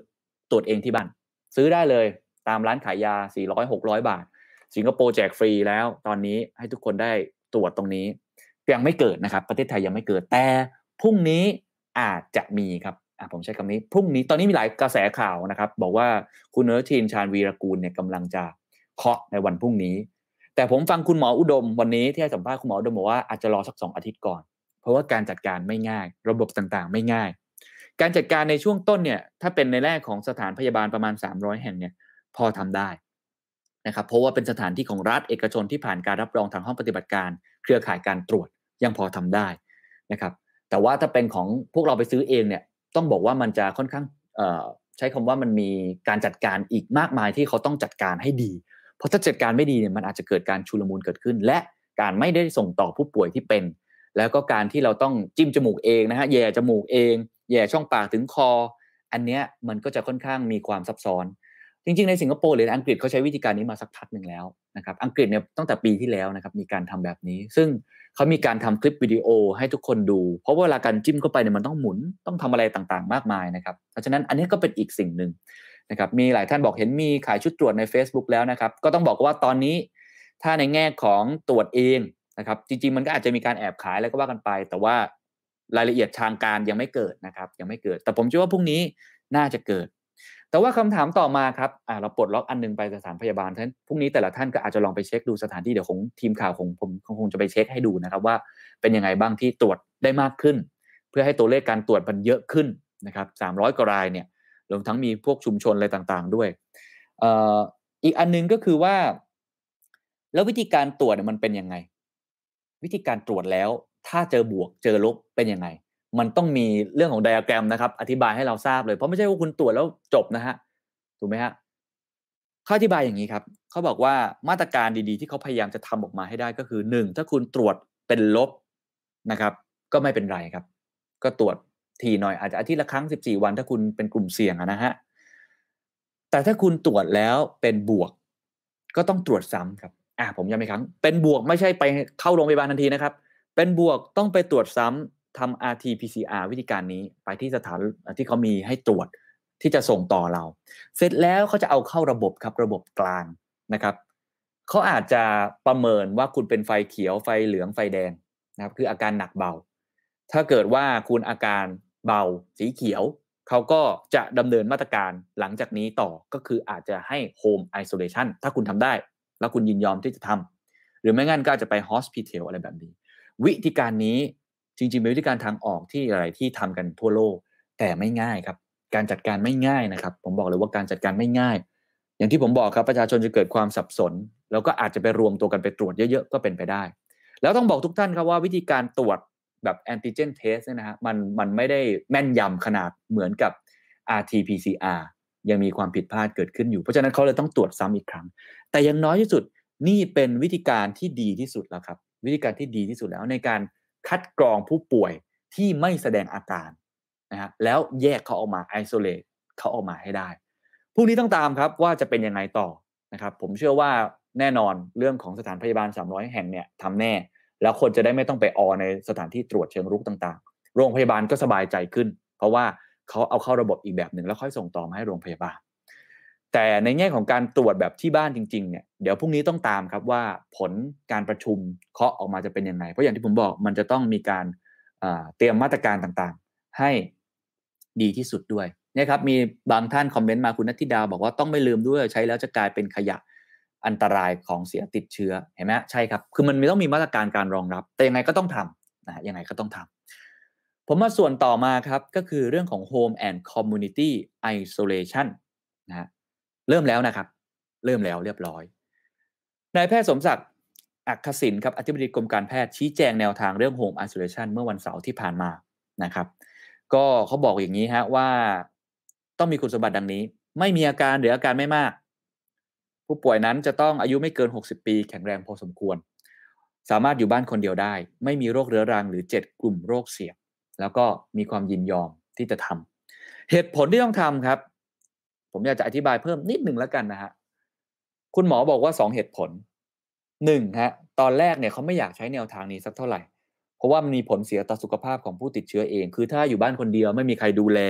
ตรวจเองที่บ้านซื้อได้เลยตามร้านขายยา สี่ร้อย หกร้อย บาทสิงคโปร์แจกฟรีแล้วตอนนี้ให้ทุกคนได้ตรวจตรงนี้ยังไม่เกิดนะครับประเทศไทยยังไม่เกิดแต่พรุ่งนี้อาจจะมีครับอ่ะผมใช้คำนี้พรุ่งนี้ตอนนี้มีหลายกระแสข่าวนะครับบอกว่าคุณอนุทินชาญวีรกูลเนี่ยกำลังจะเคาะในวันพรุ่งนี้แต่ผมฟังคุณหมออุดมวันนี้ที่ให้สัมภาษณ์คุณหมออุดมบอกว่าอาจจะรอสักสองอาทิตย์ก่อนเพราะว่าการจัดการไม่ง่ายระบบต่างๆไม่ง่ายการจัดการในช่วงต้นเนี่ยถ้าเป็นในแรกของสถานพยาบาลประมาณสามร้อยแห่งเนี่ยพอทำได้นะครับเพราะว่าเป็นสถานที่ของรัฐเอกชนที่ผ่านการรับรองทางห้องปฏิบัติการเครือข่ายการตรวจยังพอทำได้นะครับแต่ว่าถ้าเป็นของพวกเราไปซื้อเองเนี่ยต้องบอกว่ามันจะค่อนข้างเอ่อใช้คำว่ามันมีการจัดการอีกมากมายที่เขาต้องจัดการให้ดีเพราะถ้าจัดการไม่ดีเนี่ยมันอาจจะเกิดการชุลมุนเกิดขึ้นและการไม่ได้ส่งต่อผู้ป่วยที่เป็นแล้วก็การที่เราต้องจิ้มจมูกเองนะฮะแย่จมูกเองแย่ช่องปากถึงคออันเนี้ยมันก็จะค่อนข้างมีความซับซ้อนจริงๆในสิงคโปร์หรืออังกฤษเขาใช้วิธีการนี้มาสักพักหนึ่งแล้วนะครับอังกฤษเนี่ยตั้งแต่ปีที่แล้วนะครับมีการทำแบบนี้ซึ่งเขามีการทำคลิปวิดีโอให้ทุกคนดูเพราะว่าเวลาการจิ้มเข้าไปเนี่ยมันต้องหมุนต้องทำอะไรต่างๆมากมายนะครับเพราะฉะนั้นอันนี้ก็เป็นอีกสิ่งหนึ่งนะครับมีหลายท่านบอกเห็นมีขายชุดตรวจใน Facebook แล้วนะครับก็ต้องบอกว่าตอนนี้ถ้าในแง่ของตรวจเองนะครับจริงๆมันก็อาจจะมีการแอบขายอะไรก็ว่ากันไปแต่ว่ารายละเอียดทางการยังไม่เกิดนะครับยังไม่เกิดแต่ผมเชื่อว่าพรุ่งนี้น่าจะเกิดแต่ว่าคำถามต่อมาครับอ่าเราปลดล็อกอันนึงไปสถานพยาบาลท่านพรุ่งนี้แต่ละท่านก็อาจจะลองไปเช็คดูสถานที่เดี๋ยวของทีมข่าวของผมคงจะไปเช็คให้ดูนะครับว่าเป็นยังไงบ้างที่ตรวจได้มากขึ้นเพื่อให้ตัวเลขการตรวจมันเยอะขึ้นนะครับสามร้อยกว่ารายเนี่ยรวมทั้งมีพวกชุมชนอะไรต่างๆด้วยเอ่ออีกอันนึงก็คือว่าแล้ววิธีการตรวจเนี่ยมันเป็นยังไงวิธีการตรวจแล้วถ้าเจอบวกเจอลบเป็นยังไงมันต้องมีเรื่องของไดอะแกรมนะครับอธิบายให้เราทราบเลยเพราะไม่ใช่ว่าคุณตรวจแล้วจบนะฮะถูกไหมฮะเขาอธิบายอย่างนี้ครับเขาบอกว่ามาตรการดีๆที่เขาพยายามจะทำออกมาให้ได้ก็คือหนึ่งถ้าคุณตรวจเป็นลบนะครับก็ไม่เป็นไรครับก็ตรวจทีหน่อยอาจจะอาทิตย์ละครั้งสิบสี่วันถ้าคุณเป็นกลุ่มเสี่ยงนะฮะแต่ถ้าคุณตรวจแล้วเป็นบวกก็ต้องตรวจซ้ำครับอ่ะผมย้ำอีกครั้งเป็นบวกไม่ใช่ไปเข้าโรงพยาบาลทันทีนะครับเป็นบวกต้องไปตรวจซ้ำทำ อาร์ ที พี ซี อาร์ วิธีการนี้ไปที่สถานที่เขามีให้ตรวจที่จะส่งต่อเราเสร็จแล้วเขาจะเอาเข้าระบบครับระบบกลางนะครับเขาอาจจะประเมินว่าคุณเป็นไฟเขียวไฟเหลืองไฟแดงนะครับคืออาการหนักเบาถ้าเกิดว่าคุณอาการเบาสีเขียวเขาก็จะดำเนินมาตรการหลังจากนี้ต่อก็คืออาจจะให้ Home Isolation ถ้าคุณทำได้แล้วคุณยินยอมที่จะทำหรือไม่งั้นก็จะไป Hospital อะไรแบบนี้วิธีการนี้จริงๆเป็นวิธีการทางออกที่หลายที่ทำกันทั่วโลกแต่ไม่ง่ายครับการจัดการไม่ง่ายนะครับผมบอกเลยว่าการจัดการไม่ง่ายอย่างที่ผมบอกครับประชาชนจะเกิดความสับสนแล้วก็อาจจะไปรวมตัวกันไปตรวจเยอะๆก็เป็นไปได้แล้วต้องบอกทุกท่านครับว่าวิธีการตรวจแบบแอนติเจนเทสเนี่ยนะฮะมันมันไม่ได้แม่นยำขนาดเหมือนกับ อาร์ ที พี ซี อาร์ ยังมีความผิดพลาดเกิดขึ้นอยู่เพราะฉะนั้นเขาเลยต้องตรวจซ้ำอีกครั้งแต่อย่างน้อยที่สุดนี่เป็นวิธีการที่ดีที่สุดแล้วครับวิธีการที่ดีที่สุดแล้วในการคัดกรองผู้ป่วยที่ไม่แสดงอาการนะฮะแล้วแยกเขาออกมา isolate เขาออกมาให้ได้พรุ่งนี้ต้องตามครับว่าจะเป็นยังไงต่อนะครับผมเชื่อว่าแน่นอนเรื่องของสถานพยาบาลสามร้อยแห่งเนี่ยทำแน่แล้วคนจะได้ไม่ต้องไปออในสถานที่ตรวจเชิงรุกต่างๆโรงพยาบาลก็สบายใจขึ้นเพราะว่าเขาเอาเข้าระบบอีกแบบหนึ่งแล้วค่อยส่งต่อมาให้โรงพยาบาลแต่ในแง่ของการตรวจแบบที่บ้านจริงๆเนี่ยเดี๋ยวพรุ่งนี้ต้องตามครับว่าผลการประชุมเคาะออกมาจะเป็นยังไงเพราะอย่างที่ผมบอกมันจะต้องมีการเตรียมมาตรการต่างๆให้ดีที่สุดด้วยเนี่ยครับมีบางท่านคอมเมนต์มาคุณณัฐธิดาบอกว่าต้องไม่ลืมด้วยใช้แล้วจะกลายเป็นขยะอันตรายของเสียติดเชื้อเห็นไหมใช่ครับคือมันไม่ต้องมีมาตรการการรองรับแต่ยังไงก็ต้องทำนะยังไงก็ต้องทำผมมาส่วนต่อมาครับก็คือเรื่องของ Home and Community Isolation นะฮะเริ่มแล้วนะครับเริ่มแล้วเรียบร้อยนายแพทย์สมศักดิ์อัคคศินครับอธิบดีกรมการแพทย์ชี้แจงแนวทางเรื่อง Home Isolation เมื่อวันเสาร์ที่ผ่านมานะครับก็เขาบอกอย่างนี้ฮะว่าต้องมีคุณสมบัติดังนี้ไม่มีอาการหรืออาการไม่มากผู้ป่วยนั้นจะต้องอายุไม่เกินหกสิบปีแข็งแรงพอสมควรสามารถอยู่บ้านคนเดียวได้ไม่มีโรคเรื้อรังหรือเจ็ดกลุ่มโรคเสี่ยงแล้วก็มีความยินยอมที่จะทำเหตุผลที่ต้องทำครับผมอยากจะอธิบายเพิ่มนิดหนึ่งแล้วกันนะฮะคุณหมอบอกว่าสองเหตุผลหนึ่งฮะตอนแรกเนี่ยเขาไม่อยากใช้แนวทางนี้สักเท่าไหร่เพราะว่ามันมีผลเสียต่อสุขภาพของผู้ติดเชื้อเองคือถ้าอยู่บ้านคนเดียวไม่มีใครดูแล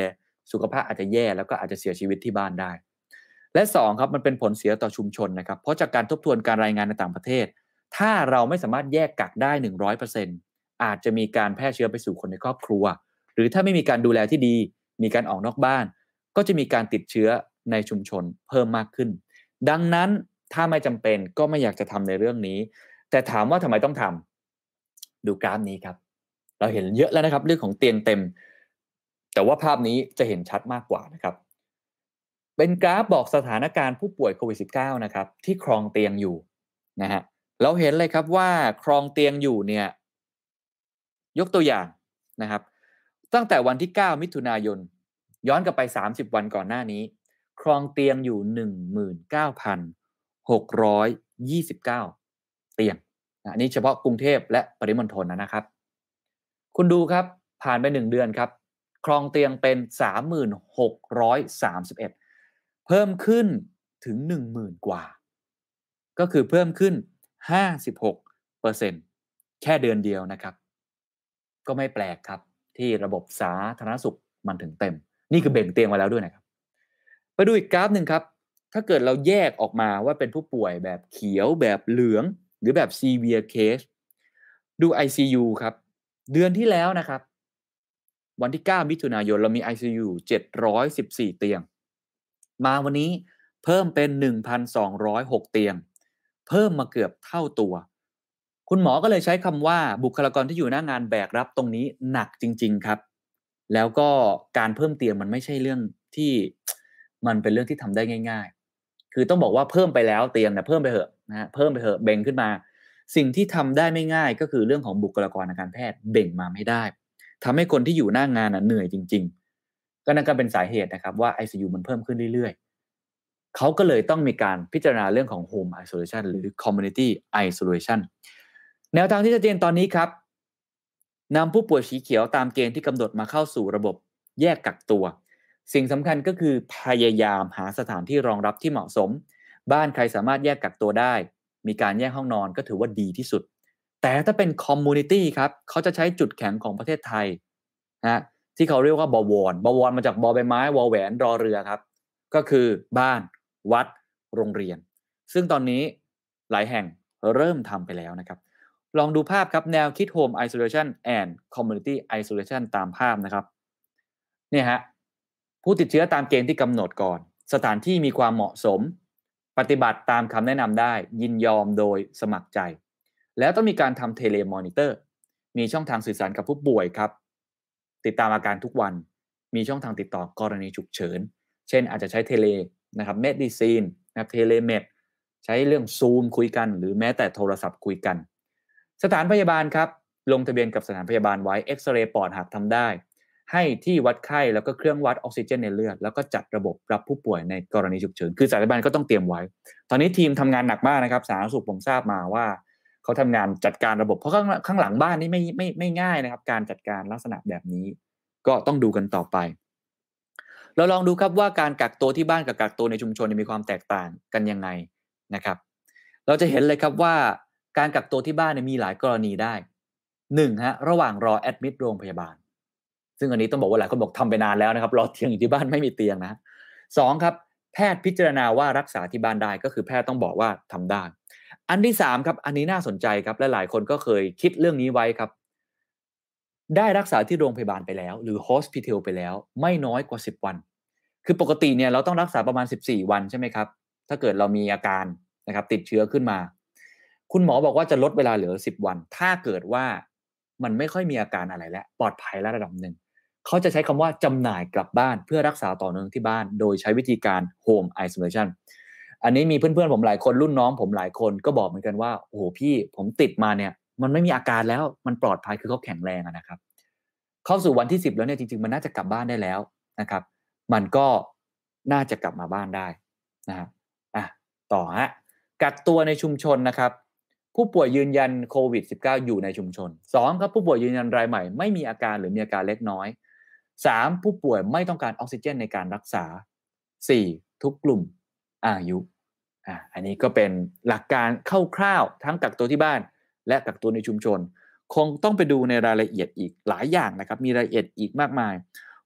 สุขภาพอาจจะแย่แล้วก็อาจจะเสียชีวิตที่บ้านได้และสองครับมันเป็นผลเสียต่อชุมชนนะครับเพราะจากการทบทวนการรายงานในต่างประเทศถ้าเราไม่สามารถแยกกักได้ หนึ่งร้อยเปอร์เซ็นต์ อาจจะมีการแพร่เชื้อไปสู่คนในครอบครัวหรือถ้าไม่มีการดูแลที่ดีมีการออกนอกบ้านก็จะมีการติดเชื้อในชุมชนเพิ่มมากขึ้นดังนั้นถ้าไม่จำเป็นก็ไม่อยากจะทำในเรื่องนี้แต่ถามว่าทำไมต้องทำดูกราฟนี้ครับเราเห็นเยอะแล้วนะครับเรื่องของเตียงเต็มแต่ว่าภาพนี้จะเห็นชัดมากกว่านะครับเป็นกราฟบอกสถานการณ์ผู้ป่วยโควิด สิบเก้า นะครับที่ครองเตียงอยู่นะฮะเราเห็นเลยครับว่าครองเตียงอยู่เนี่ยยกตัวอย่างนะครับตั้งแต่วันที่เก้ามิถุนายนย้อนกลับไปสามสิบวันก่อนหน้านี้ครองเตียงอยู่ หนึ่งหมื่นเก้าพันหกร้อยยี่สิบเก้า เตียงอันนี้เฉพาะกรุงเทพและปริมณฑลนะครับคุณดูครับผ่านไปหนึ่งเดือนครับครองเตียงเป็น สามหมื่นหกร้อยสามสิบเอ็ด เพิ่มขึ้นถึง หนึ่งหมื่น กว่าก็คือเพิ่มขึ้น ห้าสิบหกเปอร์เซ็นต์ แค่เดือนเดียวนะครับก็ไม่แปลกครับที่ระบบสาธารณสุขมันถึงเต็มนี่คือเบ่งเตียงมาแล้วด้วยนะครับไปดูอีกกราฟหนึ่งครับถ้าเกิดเราแยกออกมาว่าเป็นผู้ป่วยแบบเขียวแบบเหลืองหรือแบบ severe case ดู ไอ ซี ยู ครับเดือนที่แล้วนะครับวันที่เก้ามิถุนายนเรามี ไอ ซี ยู เจ็ดร้อยสิบสี่เตียงมาวันนี้เพิ่มเป็น หนึ่งพันสองร้อยหก เตียงเพิ่มมาเกือบเท่าตัวคุณหมอก็เลยใช้คำว่าบุคลากรที่อยู่หน้างานแบกรับตรงนี้หนักจริงๆครับแล้วก็การเพิ่มเตียงมันไม่ใช่เรื่องที่มันเป็นเรื่องที่ทำได้ง่ายๆคือต้องบอกว่าเพิ่มไปแล้วเตียงเนี่ยเพิ่มไปเถอะนะฮะเพิ่มไปเถอะเบ่งขึ้นมาสิ่งที่ทำได้ไม่ง่ายก็คือเรื่องของบุคลากรทางการแพทย์เบ่งมาไม่ได้ทำให้คนที่อยู่หน้างานน่ะเหนื่อยจริงๆก็นั่นก็เป็นสาเหตุนะครับว่า ไอ ซี ยู มันเพิ่มขึ้นเรื่อยๆเขาก็เลยต้องมีการพิจารณาเรื่องของ Home Isolation หรือ Community Isolation แนวทางที่ชัดเจนตอนนี้ครับนำผู้ป่วยสีเขียวตามเกณฑ์ที่กำหนดมาเข้าสู่ระบบแยกกักตัวสิ่งสำคัญก็คือพยายามหาสถานที่รองรับที่เหมาะสมบ้านใครสามารถแยกกักตัวได้มีการแยกห้องนอนก็ถือว่าดีที่สุดแต่ถ้าเป็นคอมมูนิตี้ครับเขาจะใช้จุดแข็งของประเทศไทยนะที่เขาเรียกว่าบวรบวรมาจากบอใบไม้วอแหวนรอเรือครับก็คือบ้านวัดโรงเรียนซึ่งตอนนี้หลายแห่งเริ่มทำไปแล้วนะครับลองดูภาพครับแนวคิด Home Isolation and Community Isolation ตามภาพนะครับเนี่ยฮะผู้ติดเชื้อตามเกณฑ์ที่กำหนดก่อนสถานที่มีความเหมาะสมปฏิบัติตามคำแนะนำได้ยินยอมโดยสมัครใจแล้วต้องมีการทำเทเลมอนิเตอร์มีช่องทางสื่อสารกับผู้ป่วยครับติดตามอาการทุกวันมีช่องทางติดต่อกรณีฉุกเฉินเช่นอาจจะใช้เทเลนะครับเมดิซีนนะครับเทเลเมดใช้เรื่องซูมคุยกันหรือแม้แต่โทรศัพท์คุยกันสถานพยาบาลครับลงทะเบียนกับสถานพยาบาลไว้เอ็กซเรย์ปอดหากทำได้ให้ที่วัดไข้แล้วก็เครื่องวัดออกซิเจนในเลือดแล้วก็จัดระบบรับผู้ป่วยในกรณีฉุกเฉินคือสถานพยาบาลก็ต้องเตรียมไว้ตอนนี้ทีมทำงานหนักมากนะครับสาธารณสุขผมทราบมาว่าเขาทำงานจัดการระบบเพราะข้างข้างหลังบ้านนี่ไม่ไม่ไม่ง่ายนะครับการจัดการลักษณะแบบนี้ก็ต้องดูกันต่อไปเราลองดูครับว่าการกักตัวที่บ้านกับกักตัวในชุมชนมีความแตกต่างกันยังไงนะครับเราจะเห็นเลยครับว่าการกักตัวที่บ้านมีหลายกรณีได้หนึ่งฮะระหว่างรอแอดมิดโรงพยาบาลซึ่งอันนี้ต้องบอกว่าหลายคนบอกทำไปนานแล้วนะครับรอเตียงอยู่ที่บ้านไม่มีเตียงนะสองครับแพทย์พิจารณาว่ารักษาที่บ้านได้ก็คือแพทย์ต้องบอกว่าทำได้อันที่สามครับอันนี้น่าสนใจครับและหลายคนก็เคยคิดเรื่องนี้ไว้ครับได้รักษาที่โรงพยาบาลไปแล้วหรือ hospital ไปแล้วไม่น้อยกว่าสิบวันคือปกติเนี่ยเราต้องรักษาประมาณสิบสี่วันใช่ไหมครับถ้าเกิดเรามีอาการนะครับติดเชื้อขึ้นมาคุณหมอบอกว่าจะลดเวลาเหลือสิบวันถ้าเกิดว่ามันไม่ค่อยมีอาการอะไรแล้วปลอดภัยระดับหนึ่งเขาจะใช้คำว่าจำหน่ายกลับบ้านเพื่อรักษาต่อเนื่องที่บ้านโดยใช้วิธีการ Home Isolation อันนี้มีเพื่อนๆผมหลายคนรุ่นน้องผมหลายคนก็บอกเหมือนกันว่าโอ้โหพี่ผมติดมาเนี่ยมันไม่มีอาการแล้วมันปลอดภัยคือเขาแข็งแรงนะครับเข้าสู่วันที่สิบแล้วเนี่ยจริงๆมันน่าจะกลับบ้านได้แล้วนะครับมันก็น่าจะกลับมาบ้านได้นะฮะอ่ะต่อฮะกักตัวในชุมชนนะครับผู้ป่วยยืนยันโควิด สิบเก้า อยู่ในชุมชนสองครับผู้ป่วยยืนยันรายใหม่ไม่มีอาการหรือมีอาการเล็กน้อยสามผู้ป่วยไม่ต้องการออกซิเจนในการรักษาสี่ทุกกลุ่มอายุอ่ะอันนี้ก็เป็นหลักการคร่าวๆทั้งกักตัวที่บ้านและกักตัวในชุมชนคงต้องไปดูในรายละเอียดอีกหลายอย่างนะครับมีรายละเอียดอีกมากมาย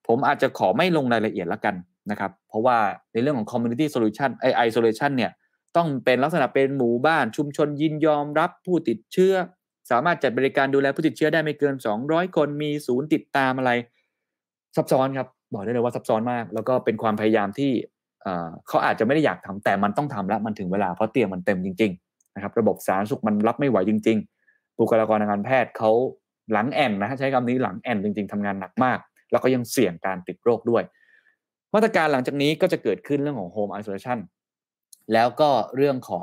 ผมอาจจะขอไม่ลงรายละเอียดละกันนะครับเพราะว่าในเรื่องของ community solution ไอ้ isolation เนี่ยต้องเป็นลักษณะเป็นหมู่บ้านชุมชนยินยอมรับผู้ติดเชื้อสามารถจัดบริการดูแลผู้ติดเชื้อได้ไม่เกินสองร้อยคนมีศูนย์ติดตามอะไรซับซ้อนครับบอกได้เลยว่าซับซ้อนมากแล้วก็เป็นความพยายามที่เขาอาจจะไม่ได้อยากทำแต่มันต้องทำแล้วมันถึงเวลาเพราะเตียงมันเต็มจริงๆนะครับระบบสาธารณสุขมันรับไม่ไหวจริงๆบุคลากรทางการแพทย์เขาหลังแอนนะใช้คำนี้หลังแอนจริงๆทำงานหนักมากแล้วก็ยังเสี่ยงการติดโรคด้วยมาตรการหลังจากนี้ก็จะเกิดขึ้นเรื่องของ home isolation แล้วก็เรื่องของ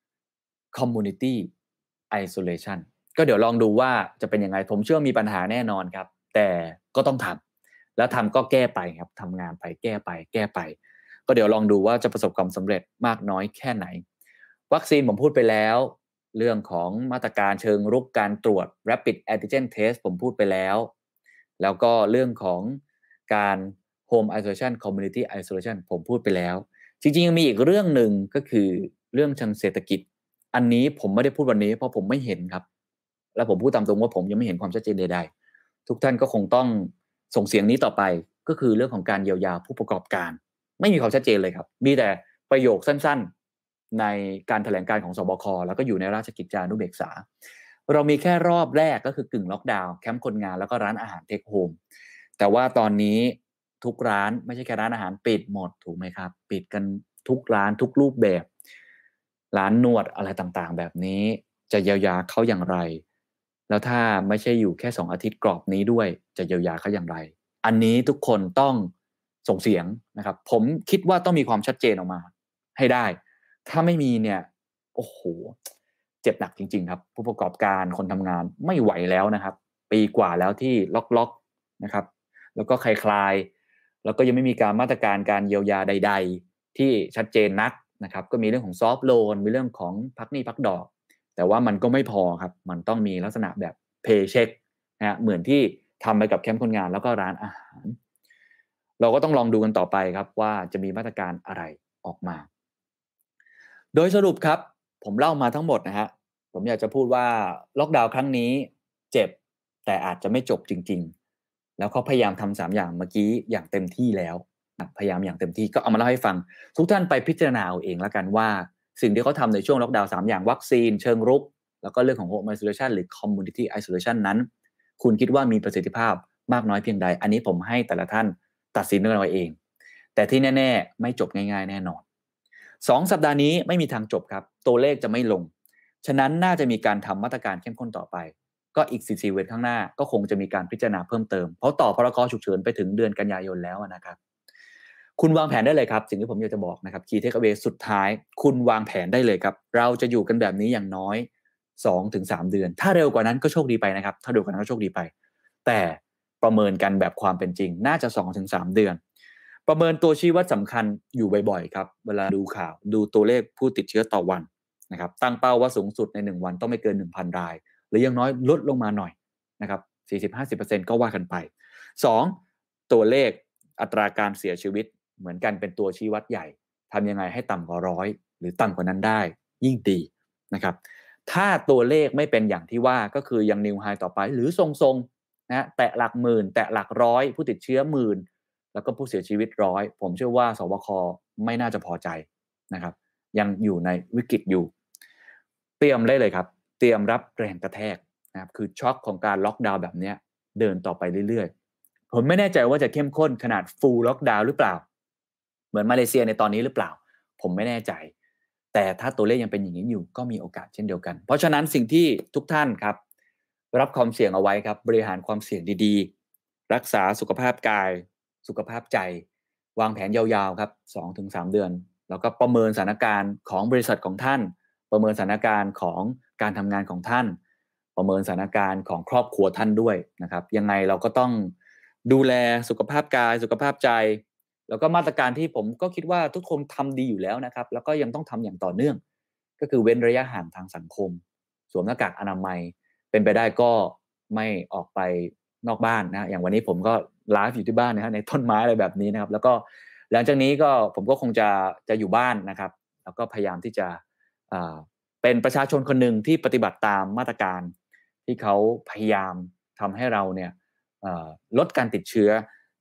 community isolation ก็เดี๋ยวลองดูว่าจะเป็นยังไงผมเชื่อมีปัญหาแน่นอนครับแต่ก็ต้องทำแล้วทำก็แก้ไปครับทำงานไปแก้ไปแก้ไปก็เดี๋ยวลองดูว่าจะประสบความสำเร็จมากน้อยแค่ไหนวัคซีนผมพูดไปแล้วเรื่องของมาตรการเชิงรุกการตรวจ rapid antigen test ผมพูดไปแล้วแล้วก็เรื่องของการ home isolation community isolation ผมพูดไปแล้วจริงๆยังมีอีกเรื่องหนึ่งก็คือเรื่องทางเศรษฐกิจอันนี้ผมไม่ได้พูดวันนี้เพราะผมไม่เห็นครับและผมพูดตามตรงว่าผมยังไม่เห็นความชัดเจนใดๆทุกท่านก็คงต้องส่งเสียงนี้ต่อไปก็คือเรื่องของการเยียวยาผู้ประกอบการไม่มีความชัดเจนเลยครับมีแต่ประโยคสั้นๆในการแถลงการของสบคแล้วก็อยู่ในราชกิจจานุเบกษาเรามีแค่รอบแรกก็คือกึ่งล็อกดาวน์แคมป์คนงานแล้วก็ร้านอาหารเทคโฮมแต่ว่าตอนนี้ทุกร้านไม่ใช่แค่ร้านอาหารปิดหมดถูกไหมครับปิดกันทุกร้านทุกรูปแบบร้านนวดอะไรต่างๆแบบนี้จะเยียวยาเขาอย่างไรแล้วถ้าไม่ใช่อยู่แค่สองอาทิตย์กรอบนี้ด้วยจะเยียวยาเขาอย่างไรอันนี้ทุกคนต้องส่งเสียงนะครับผมคิดว่าต้องมีความชัดเจนออกมาให้ได้ถ้าไม่มีเนี่ยโอ้โหเจ็บหนักจริงๆครับผู้ประกอบการคนทำงานไม่ไหวแล้วนะครับปีกว่าแล้วที่ล็อกๆนะครับแล้วก็คลายๆแล้วก็ยังไม่มีการมาตรการการเยียวยาใดๆที่ชัดเจนนักนะครับก็มีเรื่องของซอฟท์โลนมีเรื่องของพักหนี้พักดอกแต่ว่ามันก็ไม่พอครับมันต้องมีลักษณะแบบเพย์เช็คนะฮะเหมือนที่ทำไปกับแคมป์คนงานแล้วก็ร้านอาหารเราก็ต้องลองดูกันต่อไปครับว่าจะมีมาตรการอะไรออกมาโดยสรุปครับผมเล่ามาทั้งหมดนะฮะผมอยากจะพูดว่าล็อกดาวน์ครั้งนี้เจ็บแต่อาจจะไม่จบจริงๆแล้วเขาพยายามทำสามอย่างเมื่อกี้อย่างเต็มที่แล้วพยายามอย่างเต็มที่ก็เอามาเล่าให้ฟังทุกท่านไปพิจารณาเอาเองแล้วกันว่าสิ่งที่เขาทำในช่วงล็อกดาวน์สามอย่างวัคซีนเชิงรุกแล้วก็เรื่องของ home isolation หรือ community isolation นั้นคุณคิดว่ามีประสิทธิภาพมากน้อยเพียงใดอันนี้ผมให้แต่ละท่านตัดสินกันเอาเองแต่ที่แน่ๆไม่จบง่ายๆแน่นอนสองสัปดาห์นี้ไม่มีทางจบครับตัวเลขจะไม่ลงฉะนั้นน่าจะมีการทำมาตรการเข้มข้นต่อไปก็อีกสี่สิบวันข้างหน้าก็คงจะมีการพิจารณาเพิ่มเติมเพราะต่อพรกฉุกเฉินไปถึงเดือนกันยายนแล้วนะครับคุณวางแผนได้เลยครับสิ่งที่ผมอยากจะบอกนะครับ Key Takeaway สุดท้ายคุณวางแผนได้เลยครับเราจะอยู่กันแบบนี้อย่างน้อย สองถึงสาม เดือนถ้าเร็วกว่านั้นก็โชคดีไปนะครับถ้าเร็วกว่านั้นก็โชคดีไปแต่ประเมินกันแบบความเป็นจริงน่าจะ สองถึงสาม เดือนประเมินตัวชี้วัดสำคัญอยู่บ่อยๆครับเวลาดูข่าวดูตัวเลขผู้ติดเชื้อต่อวันนะครับตั้งเป้าว่าสูงสุดในหนึ่งวันต้องไม่เกิน หนึ่งพัน รายหรืออย่างน้อยลดลงมาหน่อยนะครับ สี่สิบถึงห้าสิบเปอร์เซ็นต์ ก็ว่ากันไปสองตัวเลขอัตราการเสียชีวิตเหมือนกันเป็นตัวชี้วัดใหญ่ทำยังไงให้ต่ำกว่าร้อยหรือต่ำกว่านั้นได้ยิ่งดีนะครับถ้าตัวเลขไม่เป็นอย่างที่ว่าก็คือยังนิวไฮต่อไปหรือทรงๆนะแตะหลักหมื่นแตะหลักร้อยผู้ติดเชื้อหมื่นแล้วก็ผู้เสียชีวิตร้อยผมเชื่อว่าสบคไม่น่าจะพอใจนะครับยังอยู่ในวิกฤตอยู่เตรียมได้เลยครับเตรียมรับแรงกระแทกนะครับคือช็อคของการล็อกดาวน์แบบนี้เดินต่อไปเรื่อยๆผมไม่แน่ใจว่าจะเข้มข้นขนาดฟูลล็อกดาวน์หรือเปล่าเหมือนมาเลเซียในตอนนี้หรือเปล่าผมไม่แน่ใจแต่ถ้าตัวเลขยังเป็นอย่างนี้อยู่ก็มีโอกาสเช่นเดียวกันเพราะฉะนั้นสิ่งที่ทุกท่านครับรับความเสี่ยงเอาไว้ครับบริหารความเสี่ยงดีๆรักษาสุขภาพกายสุขภาพใจวางแผนยาวๆครับ สองถึงสาม เดือนแล้วก็ประเมินสถานการณ์ของบริษัทของท่านประเมินสถานการณ์ของการทำงานของท่านประเมินสถานการณ์ของครอบครัวท่านด้วยนะครับยังไงเราก็ต้องดูแลสุขภาพกายสุขภาพใจแล้วก็มาตรการที่ผมก็คิดว่าทุกคนทำดีอยู่แล้วนะครับแล้วก็ยังต้องทำอย่างต่อเนื่องก็คือเว้นระยะห่างทางสังคมสวมหน้ากากอนามัยเป็นไปได้ก็ไม่ออกไปนอกบ้านนะอย่างวันนี้ผมก็ไลฟ์อยู่ที่บ้านนะฮะในต้นไม้อะไรแบบนี้นะครับแล้วก็หลังจากนี้ก็ผมก็คงจะจะอยู่บ้านนะครับแล้วก็พยายามที่จะเป็นประชาชนคนหนึ่งที่ปฏิบัติตามมาตรการที่เขาพยายามทำให้เราเนี่ยลดการติดเชื้อ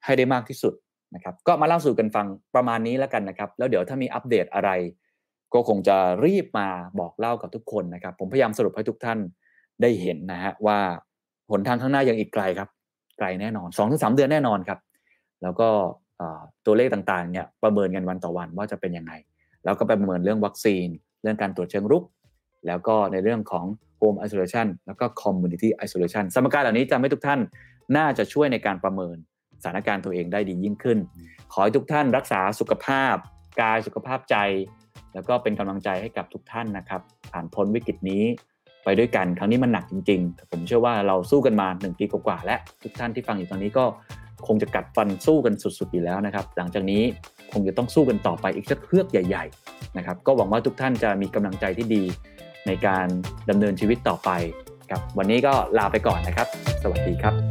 ให้ได้มากที่สุดนะครับก็มาเล่าสู่กันฟังประมาณนี้แล้วกันนะครับแล้วเดี๋ยวถ้ามีอัปเดตอะไรก็คงจะรีบมาบอกเล่ากับทุกคนนะครับผมพยายามสรุปให้ทุกท่านได้เห็นนะฮะว่าหนทางข้างหน้ายังอีกไกลครับไกลแน่นอน สองถึงสาม เดือนแน่นอนครับแล้วก็ตัวเลขต่างๆเนี่ยประเมินกันวันต่อวันว่าจะเป็นยังไงแล้วก็ประเมินเรื่องวัคซีนเรื่องการตรวจเชิงรุกแล้วก็ในเรื่องของ Home Isolation แล้วก็ Community Isolation สมการเหล่านี้จะให้ทุกท่านน่าจะช่วยในการประเมินสถานการณ์ตัวเองได้ดียิ่งขึ้นขอให้ทุกท่านรักษาสุขภาพกายสุขภาพใจแล้วก็เป็นกำลังใจให้กับทุกท่านนะครับผ่านพ้นวิกฤตนี้ไปด้วยกันครั้งนี้มันหนักจริงๆผมเชื่อว่าเราสู้กันมาหนึ่งปีกว่าๆและทุกท่านที่ฟังอยู่ตอนนี้ก็คงจะกัดฟันสู้กันสุดๆอยู่แล้วนะครับหลังจากนี้คงจะต้องสู้กันต่อไปอีกสักเฮือกใหญ่ๆนะครับก็หวังว่าทุกท่านจะมีกำลังใจที่ดีในการดำเนินชีวิตต่อไปครับวันนี้ก็ลาไปก่อนนะครับสวัสดีครับ